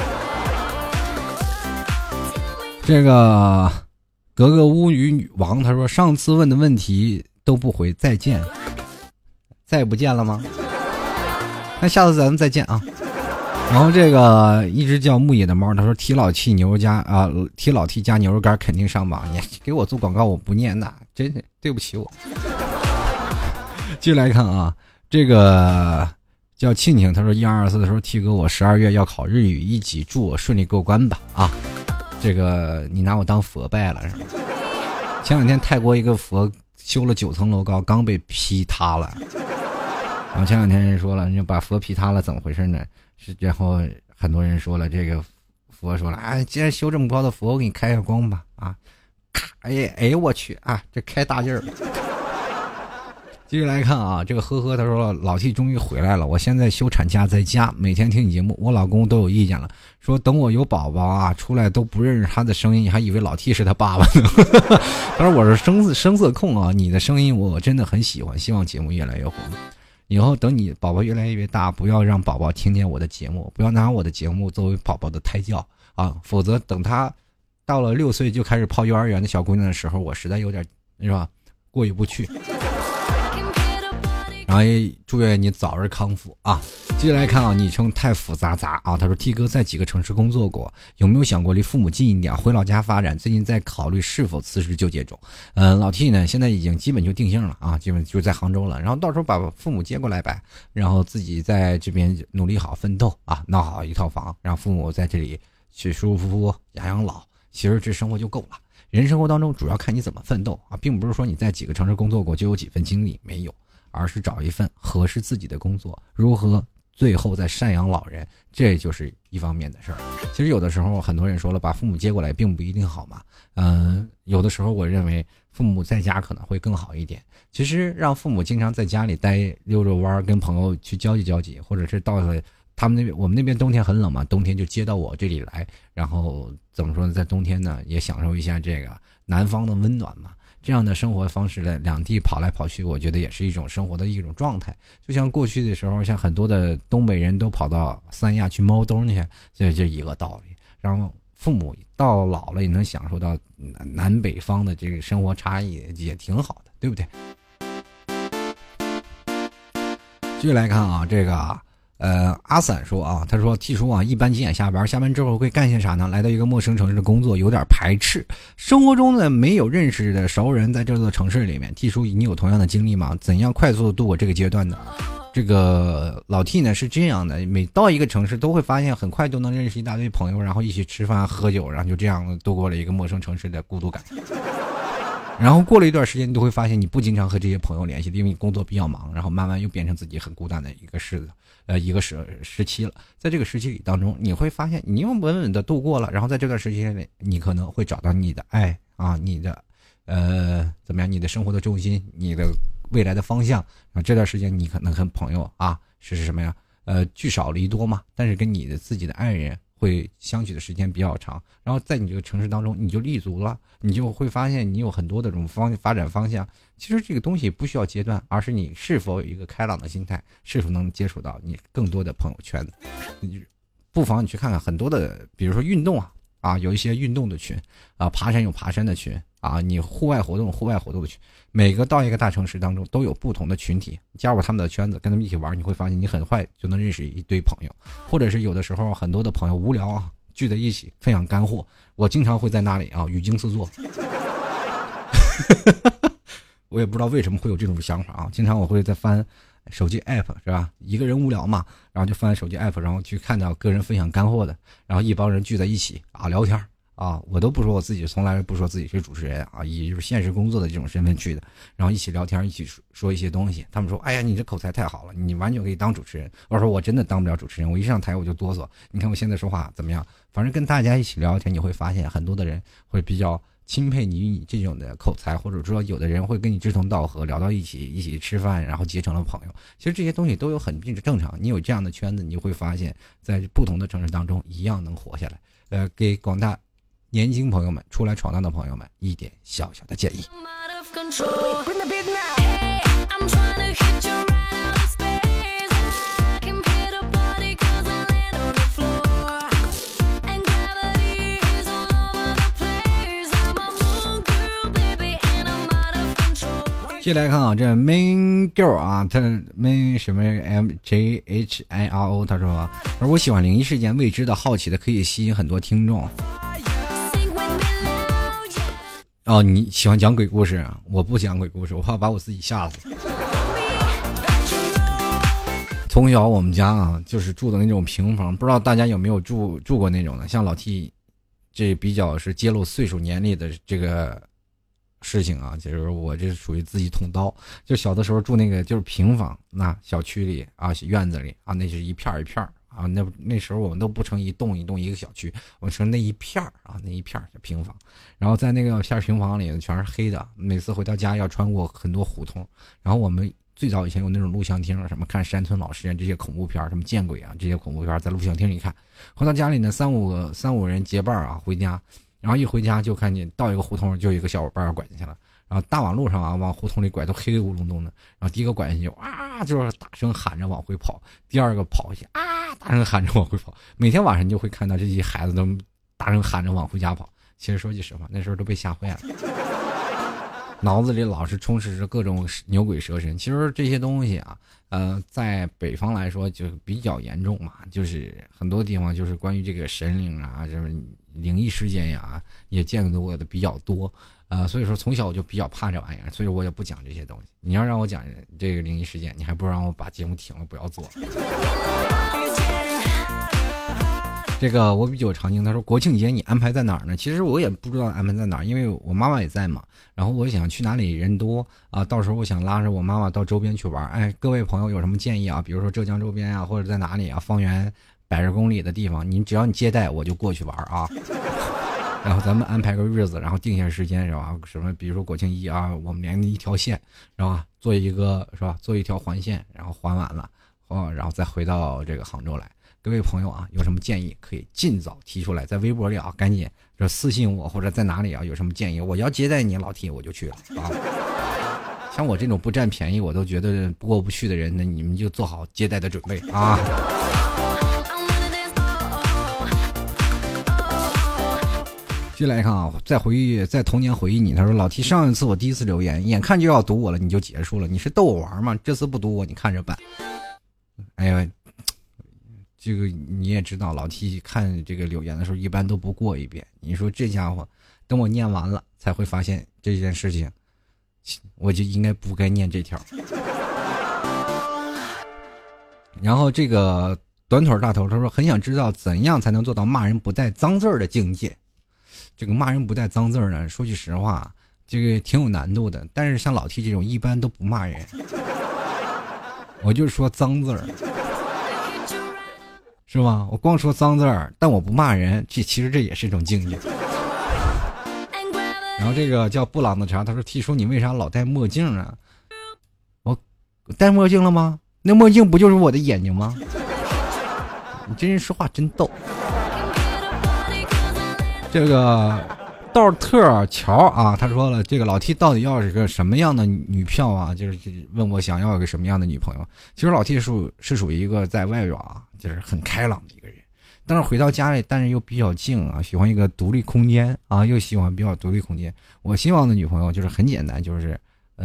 这个格格巫语女王他说上次问的问题都不回，再见，再也不见了吗？那下次咱们再见啊。然后这个一直叫牧野的猫他说提老 T 牛肉加啊，提老 T 加牛肉干肯定上榜。你给我做广告我不念的，真的对不起我。继续来看啊，这个叫庆庆他说1224的时候 T 哥我12月要考日语1级，祝我顺利过关吧啊。这个你拿我当佛拜了是吧？前2天泰国一个佛修了9层楼高，刚被劈塌了。 然后前2天人说了，人家把佛劈塌了，怎么回事呢？然后很多人说了，这个佛说了，哎，既然修这么高的佛，我给你开个光吧，啊，咔，哎我去啊，这开大劲儿。继续来看啊，这个呵呵，他说了，老 T 终于回来了，我现在休产假在家，每天听你节目，我老公都有意见了，说等我有宝宝啊，出来都不认识他的声音，还以为老 T 是他爸爸呢。他说我是声色控啊，你的声音我真的很喜欢，希望节目越来越红。以后等你宝宝越来越大，不要让宝宝听见我的节目，不要拿我的节目作为宝宝的胎教啊，否则等他到了6岁就开始泡幼儿园的小姑娘的时候，我实在有点是吧过意不去。然后也祝愿你早日康复啊！接着来看啊，昵称太复杂啊，他说 T 哥在几个城市工作过，有没有想过离父母近一点，回老家发展？最近在考虑是否辞职就接种。老 T 呢，现在已经基本就定性了啊，基本就在杭州了。然后到时候把父母接过来呗，然后自己在这边努力好奋斗啊，闹好一套房，让父母在这里去舒舒服服养老，其实这生活就够了。人生活当中主要看你怎么奋斗啊，并不是说你在几个城市工作过就有几分经历，没有。而是找一份合适自己的工作，如何最后再赡养老人，这就是一方面的事儿。其实有的时候很多人说了，把父母接过来并不一定好嘛。有的时候我认为父母在家可能会更好一点。其实让父母经常在家里待溜溜弯，跟朋友去交际，或者是到了他们那边，我们那边冬天很冷嘛，冬天就接到我这里来，然后怎么说呢，在冬天呢也享受一下这个南方的温暖嘛。这样的生活方式呢，两地跑来跑去，我觉得也是一种生活的一种状态。就像过去的时候，像很多的东北人都跑到三亚去猫冬去，这一个道理。然后父母到老了也能享受到南北方的这个生活差异，也挺好的，对不对？继续来看啊，这个阿散说啊，他说 T 叔啊，一般几点下班？下班之后会干些啥呢？来到一个陌生城市的工作，有点排斥。生活中呢，没有认识的熟人，在这座城市里面 ，T 叔你有同样的经历吗？怎样快速的度过这个阶段呢？这个老 T 呢是这样的，每到一个城市都会发现很快都能认识一大堆朋友，然后一起吃饭喝酒，然后就这样度过了一个陌生城市的孤独感。然后过了一段时间，你都会发现你不经常和这些朋友联系，因为你工作比较忙，然后慢慢又变成自己很孤单的一个时期了。在这个时期里当中，你会发现你又稳稳的度过了，然后在这段时期里，你可能会找到你的爱啊，你的怎么样，你的生活的重心，你的未来的方向啊。这段时间你可能跟朋友啊是什么呀？聚少离多嘛，但是跟你的自己的爱人会相处的时间比较长，然后在你这个城市当中你就立足了，你就会发现你有很多的这种发展方向。其实这个东西不需要阶段，而是你是否有一个开朗的心态，是否能接触到你更多的朋友圈子。你不妨你去看看很多的，比如说运动啊，有一些运动的群啊，爬山有爬山的群啊，你户外活动的群，每个到一个大城市当中都有不同的群体，加入他们的圈子，跟他们一起玩，你会发现你很快就能认识一堆朋友。或者是有的时候很多的朋友无聊啊，聚在一起分享干货，我经常会在那里啊语惊四座。我也不知道为什么会有这种想法啊，经常我会在翻手机 app 是吧，一个人无聊嘛，然后就翻手机 app， 然后去看到个人分享干货的，然后一帮人聚在一起啊聊天啊，我都不说我自己，从来不说自己是主持人啊，以就是现实工作的这种身份去的，然后一起聊天，一起说一些东西。他们说，哎呀，你这口才太好了，你完全可以当主持人。我说我真的当不了主持人，我一上台我就哆嗦。你看我现在说话怎么样？反正跟大家一起聊天，你会发现很多的人会比较钦佩你这种的口才，或者说有的人会跟你志同道合，聊到一起吃饭，然后结成了朋友。其实这些东西都有很正常，你有这样的圈子，你会发现在不同的城市当中一样能活下来。给广大年轻朋友们，出来闯荡的朋友们，一点小小的建议。接下来看啊，这 main girl 啊，他 main 什么 MJHIRO， 他说，而我喜欢灵异事件、未知的、好奇的，可以吸引很多听众。哦，你喜欢讲鬼故事啊？我不讲鬼故事，我怕把我自己吓死。从小我们家啊，就是住的那种平房，不知道大家有没有住过那种的？像老 T，这比较是揭露岁数年龄的这个事情啊，就是我这属于自己捅刀。就小的时候住那个就是平房，那小区里啊院子里啊，那是一片一片啊，那时候我们都不成一栋一栋一个小区，我成那一片啊，那一片是平房。然后在那个片平房里全是黑的，每次回到家要穿过很多胡同。然后我们最早以前有那种录像厅，什么看山村老实验这些恐怖片，什么见鬼啊这些恐怖片，在录像厅里看。回到家里呢，三五人结伴啊回家，然后一回家就看见到一个胡同就有一个小伙伴拐进去了。然后大马路上啊，往胡同里拐都黑咕隆咚的。然后第一个拐进去啊，就是大声喊着往回跑；第二个跑下啊，大声喊着往回跑。每天晚上你就会看到这些孩子都大声喊着往回家跑。其实说句实话，那时候都被吓坏了，脑子里老是充斥着各种牛鬼蛇神。其实这些东西啊，在北方来说就比较严重嘛，就是很多地方就是关于这个神灵啊，什么灵异事件呀，也见过的比较多。所以说从小我就比较怕这玩意儿，所以我也不讲这些东西。你要让我讲这个灵异事件，你还不如让我把节目停了，不要做。这个我比较常听，他说国庆节你安排在哪儿呢？其实我也不知道安排在哪儿，因为我妈妈也在嘛。然后我想去哪里人多啊，到时候我想拉着我妈妈到周边去玩。哎，各位朋友有什么建议啊？比如说浙江周边啊，或者在哪里啊，方圆100公里的地方，只要你接待我就过去玩啊。然后咱们安排个日子，然后定下时间是吧？什么比如说国庆1啊，我们连一条线，然后做一个是吧？做一条环线，然后环完了，然后再回到这个杭州来。各位朋友啊，有什么建议可以尽早提出来，在微博里啊，赶紧就私信我，或者在哪里啊有什么建议，我要接待你老铁我就去了啊。像我这种不占便宜我都觉得过不去的人呢，你们就做好接待的准备啊。继续来看啊，在童年回忆你，他说老 T 上一次我第一次留言，眼看就要读我了，你就结束了，你是逗我玩吗？这次不读我，你看着办。哎呀。这个你也知道，老 T 看这个留言的时候一般都不过一遍。你说这家伙等我念完了才会发现这件事情，我就应该不该念这条。然后这个短腿大头他说很想知道怎样才能做到骂人不带脏字的境界。这个骂人不带脏字呢，说句实话，这个挺有难度的。但是像老 T 这种一般都不骂人，我就说脏字儿。是吧？我光说脏字儿，但我不骂人，其实这也是一种境界。然后这个叫布朗的茶，他说 T 叔你为啥老戴墨镜啊？我戴墨镜了吗？那墨镜不就是我的眼睛吗？你这人说话真逗。这个道特乔啊，他说了，这个老 T 到底要是个什么样的女票啊？就是问我想要一个什么样的女朋友。其实老 T 是属于一个在外表啊，就是很开朗的一个人，但是回到家里，但是又比较静啊，喜欢一个独立空间啊，又喜欢比较独立空间。我希望的女朋友就是很简单，就是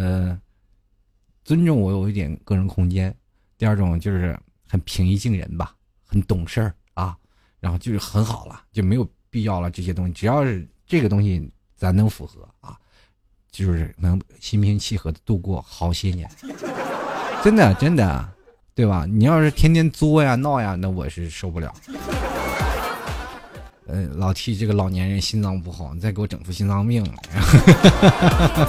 尊重我有一点个人空间。第二种就是很平易近人吧，很懂事儿啊，然后就是很好了，就没有必要了这些东西，只要是这个东西咱能符合啊，就是能心平气和的度过好些年。真的真的，对吧？你要是天天作呀闹呀，那我是受不了。老 T 这个老年人心脏不好，你再给我整出心脏病来。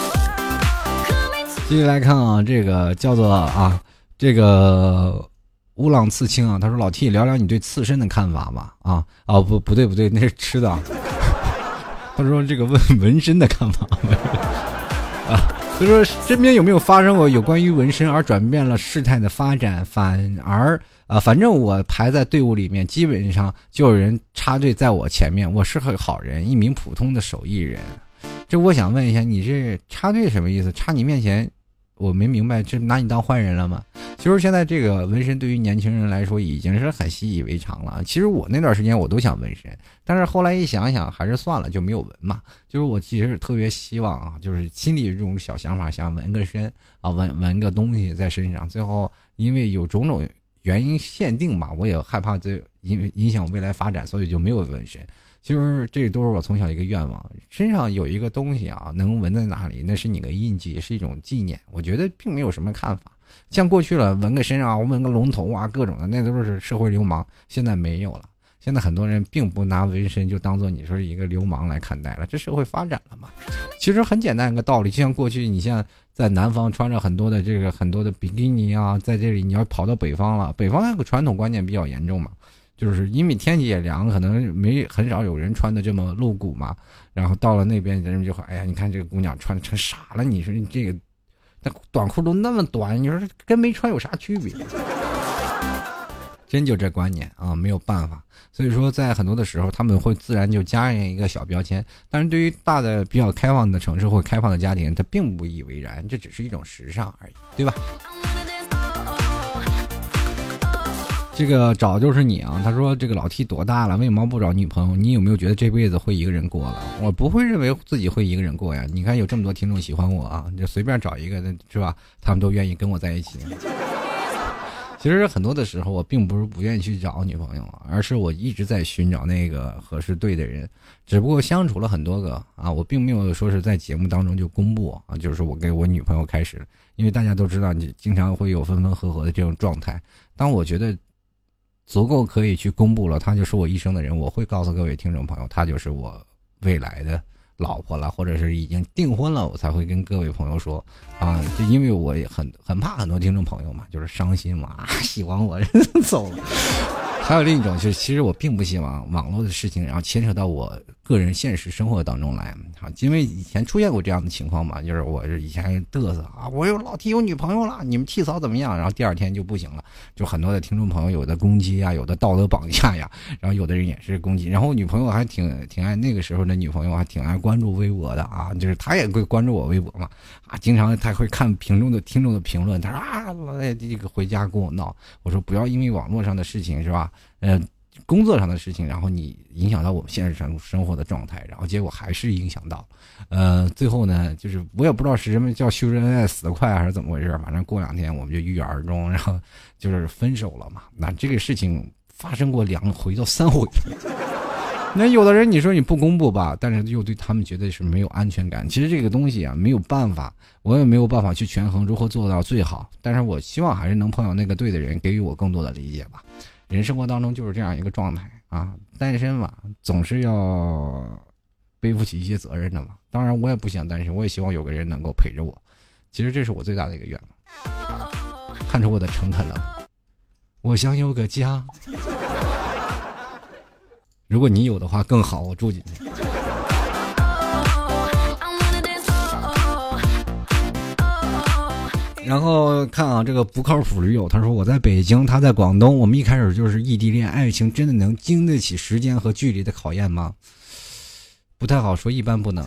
继续来看啊，这个叫做啊，这个乌朗刺青啊，他说老 T 聊聊你对刺身的看法吧。不对，那是吃的。他说这个问纹身的看法啊，他说身边有没有发生过有关于纹身而转变了事态的发展，反正我排在队伍里面，基本上就有人插队在我前面，我是个好人，一名普通的手艺人。这我想问一下，你这插队什么意思？插你面前，我没明白，这拿你当坏人了吗？其实现在这个纹身对于年轻人来说已经是很习以为常了。其实我那段时间我都想纹身，但是后来一想想还是算了，就没有纹嘛。就是我其实特别希望啊，就是心里有这种小想法，想纹个身啊，纹个东西在身上。最后因为有种种原因限定吧，我也害怕这影响未来发展，所以就没有纹身。其实这都是我从小一个愿望，身上有一个东西啊，能纹在哪里，那是你的印记，是一种纪念。我觉得并没有什么看法。像过去了纹个身啊，纹个龙头啊，各种的，那都是社会流氓。现在没有了，现现在很多人并不拿纹身就当做你说一个流氓来看待了，这社会发展了嘛。其实很简单一个道理，就像过去你像在南方穿着很多的比基尼啊，在这里你要跑到北方了，北方那个传统观念比较严重嘛，就是因为天气也凉，可能很少有人穿的这么露骨嘛。然后到了那边人就说，哎呀，你看这个姑娘穿的成傻了，你说你这个那短裤都那么短，你说跟没穿有啥区别？真就这观念啊，没有办法。所以说在很多的时候他们会自然就加上一个小标签，但是对于大的比较开放的城市或开放的家庭，他并不以为然，这只是一种时尚而已，对吧？这个找就是你啊，他说这个老 T 多大了，为什么不找女朋友？你有没有觉得这辈子会一个人过了？我不会认为自己会一个人过呀。你看有这么多听众喜欢我啊，就随便找一个是吧，他们都愿意跟我在一起。其实很多的时候我并不是不愿意去找女朋友，而是我一直在寻找那个合适对的人，只不过相处了很多个啊，我并没有说是在节目当中就公布啊，就是我给我女朋友开始，因为大家都知道你经常会有分分合合的这种状态。当我觉得足够可以去公布了，她就是我一生的人，我会告诉各位听众朋友，她就是我未来的老婆了，或者是已经订婚了，我才会跟各位朋友说啊，就因为我也很怕很多听众朋友嘛，就是伤心嘛，喜欢我走了。还有另一种就是，其实我并不希望网络的事情然后牵扯到我个人现实生活当中来啊，因为以前出现过这样的情况嘛，就是我是以前嘚瑟啊，我有老 T 有女朋友了，你们 T 嫂怎么样？然后第二天就不行了，就很多的听众朋友有的攻击啊，有的道德绑架呀，然后有的人也是攻击，然后女朋友还挺爱，那个时候的女朋友还挺爱关注微博的啊，就是她也会关注我微博嘛啊，经常她会看听众的评论，她说啊，这个回家跟我闹，我说不要因为网络上的事情是吧？工作上的事情，然后你影响到我们现实生活的状态，然后结果还是影响到，最后呢，就是我也不知道是什么叫秀恩爱死得快还是怎么回事，反正过2天我们就郁郁而终，然后就是分手了嘛。那这个事情发生过2回到3回，那有的人你说你不公布吧，但是又对他们觉得是没有安全感。其实这个东西啊，没有办法，我也没有办法去权衡如何做到最好，但是我希望还是能碰到那个对的人，给予我更多的理解吧。人生活当中就是这样一个状态啊，单身嘛，总是要背负起一些责任的嘛。当然我也不想单身，我也希望有个人能够陪着我，其实这是我最大的一个愿望。看出我的诚恳了，我想有个家，如果你有的话更好，我住进去。然后看啊，这个不靠谱驴友，他说我在北京，他在广东，我们一开始就是异地恋，爱情真的能经得起时间和距离的考验吗？不太好说，一般不能。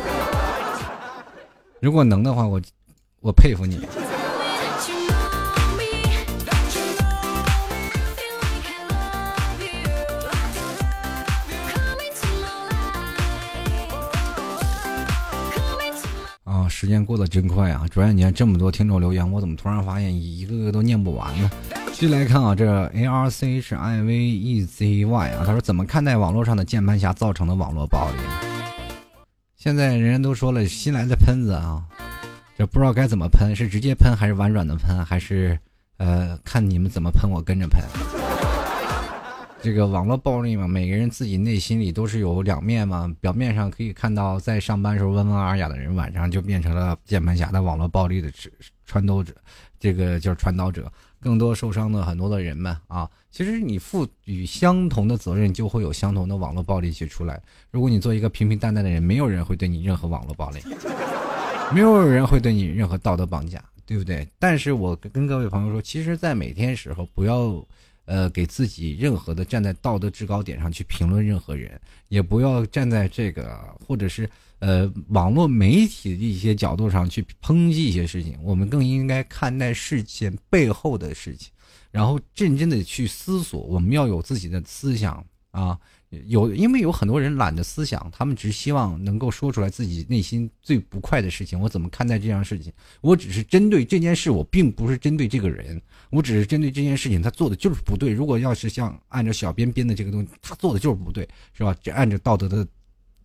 如果能的话，我佩服你。时间过得真快啊！转眼间这么多听众留言，我怎么突然发现一个个都念不完呢？继续来看啊，这 ARCHIVEZY 啊，他说怎么看待网络上的键盘侠造成的网络暴力？现在人家都说了，新来的喷子啊，这不知道该怎么喷，是直接喷还是婉转的喷，还是看你们怎么喷我跟着喷。这个网络暴力嘛，每个人自己内心里都是有两面嘛。表面上可以看到，在上班时候温文尔雅的人，晚上就变成了键盘侠的网络暴力的传导者，这个就是传导者。更多受伤的很多的人们啊，其实你赋予相同的责任，就会有相同的网络暴力去出来。如果你做一个平平淡淡的人，没有人会对你任何网络暴力，没有人会对你任何道德绑架，对不对？但是我跟各位朋友说，其实在每天时候不要给自己任何的站在道德制高点上去评论任何人，也不要站在这个或者是网络媒体的一些角度上去抨击一些事情。我们更应该看待事件背后的事情，然后认真的去思索。我们要有自己的思想啊，因为有很多人懒得思想，他们只希望能够说出来自己内心最不快的事情。我怎么看待这样的事情？我只是针对这件事，我并不是针对这个人，我只是针对这件事情，他做的就是不对。如果要是像按照小编编的这个东西，他做的就是不对，是吧？这按照道德的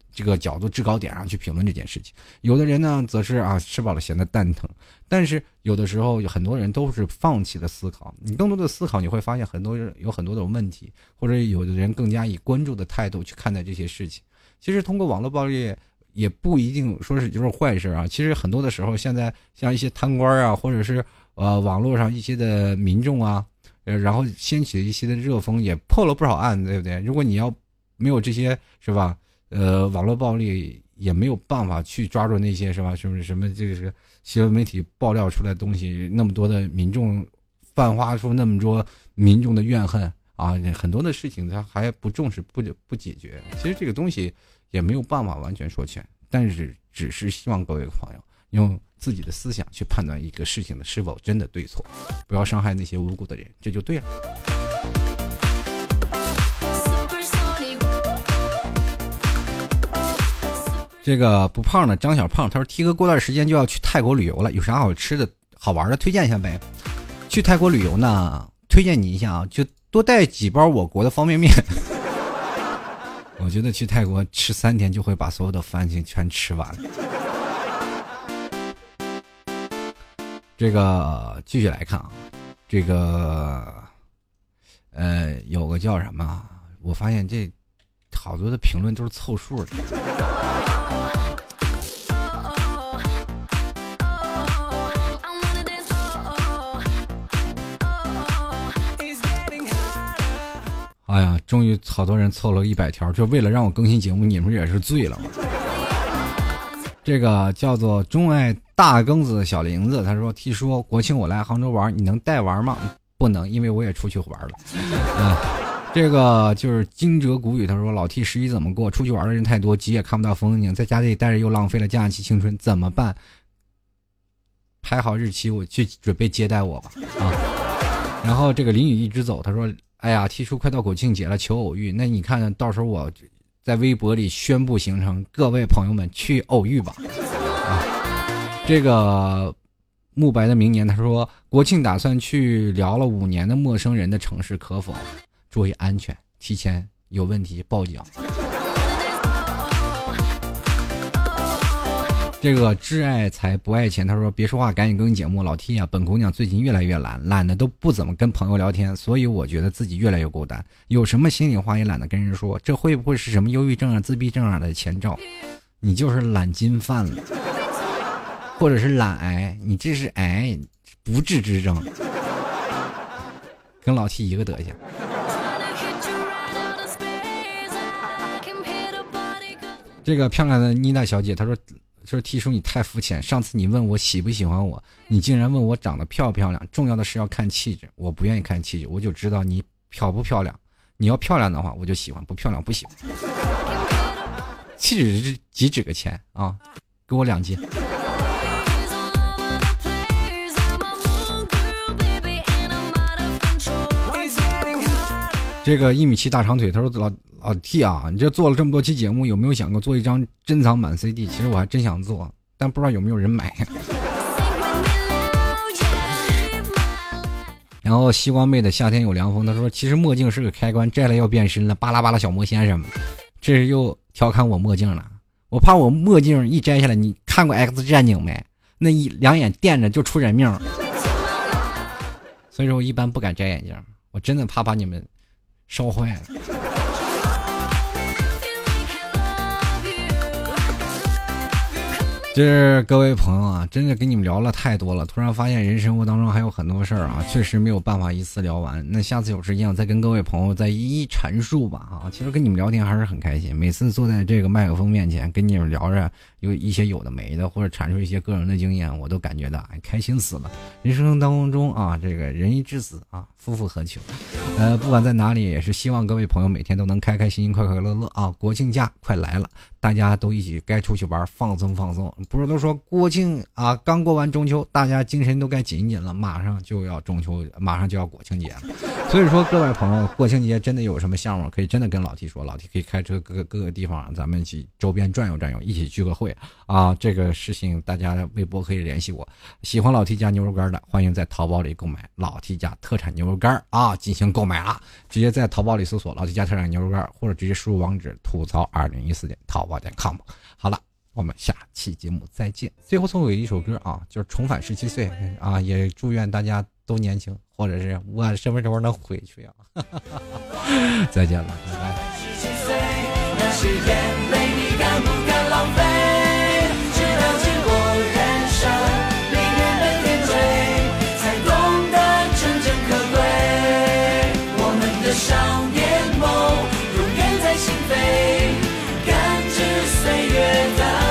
这个角度制高点上去评论这件事情。有的人呢，则是吃饱了闲的蛋疼。但是有的时候，有很多人都是放弃了思考。你更多的思考，你会发现很多人有很多种问题，或者有的人更加以关注的态度去看待这些事情。其实通过网络暴力也不一定说是就是坏事啊。其实很多的时候，现在像一些贪官啊，或者是网络上一些的民众啊，然后掀起了一些的热风，也破了不少案，对不对？如果你要没有这些，是吧？网络暴力也没有办法去抓住那些，是吧？什么这个是新闻媒体爆料出来的东西，那么多的民众泛化出那么多民众的怨恨啊，很多的事情他还不重视不解决。其实这个东西也没有办法完全说全，但是只是希望各位朋友用自己的思想去判断一个事情的是否真的对错，不要伤害那些无辜的人，这就对了。这个不胖的张小胖他说 T 哥过段时间就要去泰国旅游了，有啥好吃的好玩的推荐一下呗。去泰国旅游呢，推荐你一下啊，就多带几包我国的方便面。我觉得去泰国吃3天就会把所有的饭钱全吃完了。这个继续来看啊，这个有个叫什么，我发现这好多的评论都是凑数的。哎呀，终于好多人凑了100条，就为了让我更新节目，你们也是醉了。这个叫做钟爱大庚子的小林子，他说 T 说国庆我来杭州玩，你能带玩吗？不能，因为我也出去玩了。这个就是惊蛰谷雨，他说老 T 11怎么过？出去玩的人太多，急也看不到风景，在家里待着又浪费了假期青春，怎么办？排好日期，我去准备接待我吧。然后这个淋雨一直走，他说哎呀 T 叔快到国庆节了，求偶遇，那你看到时候我在微博里宣布行程，各位朋友们去偶遇吧。这个慕白的明年他说国庆打算去聊了5年的陌生人的城市，可否注意安全，提前有问题报警。这个挚爱财不爱钱，他说别说话，赶紧更新节目。老 T 啊，本姑娘最近越来越懒得都不怎么跟朋友聊天，所以我觉得自己越来越孤单，有什么心里话也懒得跟人说，这会不会是什么忧郁症啊、自闭症啊的前兆？你就是懒金犯了，或者是懒癌，你这是癌不治之症，跟老 T 一个德行。这个漂亮的妮娜小姐她说 T 叔你太肤浅，上次你问我喜不喜欢我，你竟然问我长得漂不漂亮，重要的是要看气质，我不愿意看气质，我就知道你漂不漂亮，你要漂亮的话我就喜欢，不漂亮不喜欢。气质是几指个钱啊，给我2斤。这个1.7米大长腿他说老 T 啊，你这做了这么多期节目，有没有想过做一张珍藏版 CD？ 其实我还真想做，但不知道有没有人买。然后西光妹的夏天有凉风他说其实墨镜是个开关，摘了要变身了，巴拉巴拉小魔仙什么，这是又调侃我墨镜了。我怕我墨镜一摘下来，你看过 X 战警没？那2眼电着就出人命了。所以说我一般不敢摘眼镜，我真的怕把你们烧坏了。这是各位朋友啊，真的跟你们聊了太多了，突然发现人生活当中还有很多事儿啊，确实没有办法一次聊完。那下次有时间我再跟各位朋友再一一阐述吧啊！其实跟你们聊天还是很开心，每次坐在这个麦克风面前跟你们聊着有一些有的没的，或者阐述一些个人的经验，我都感觉到开心死了。人生当中啊，这个人一至死啊，夫复何求？不管在哪里，也是希望各位朋友每天都能开开心心、快快乐乐啊！国庆假快来了，大家都一起该出去玩，放松放松。不是都说国庆啊，刚过完中秋，大家精神都该紧一紧了，马上就要中秋，马上就要国庆节了。 所以说各位朋友，国庆节真的有什么项目可以真的跟老 T 说，老 T 可以开车各个地方，咱们一起周边转悠转悠，一起聚个会啊！这个事情大家微博可以联系我，喜欢老 T 家牛肉干的，欢迎在淘宝里购买老 T 家特产牛肉干啊，进行购买啊！直接在淘宝里搜索老 T 家特产牛肉干，或者直接输入网址吐槽2014点淘宝点 com。好了。我们下期节目再见。最后送给一首歌啊，就是重返17岁啊，也祝愿大家都年轻，或者是我什么时候能回去啊？再见了，拜拜。那些眼泪你敢不敢浪费？直到经过人生历练的点缀，才懂得真正可贵。我们的少年梦永远在心扉，感知岁月的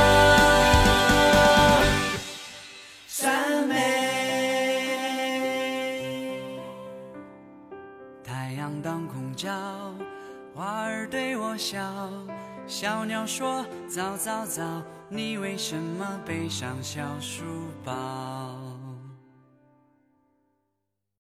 当空照，花儿对我笑，小鸟说早早早，你为什么背上小书包？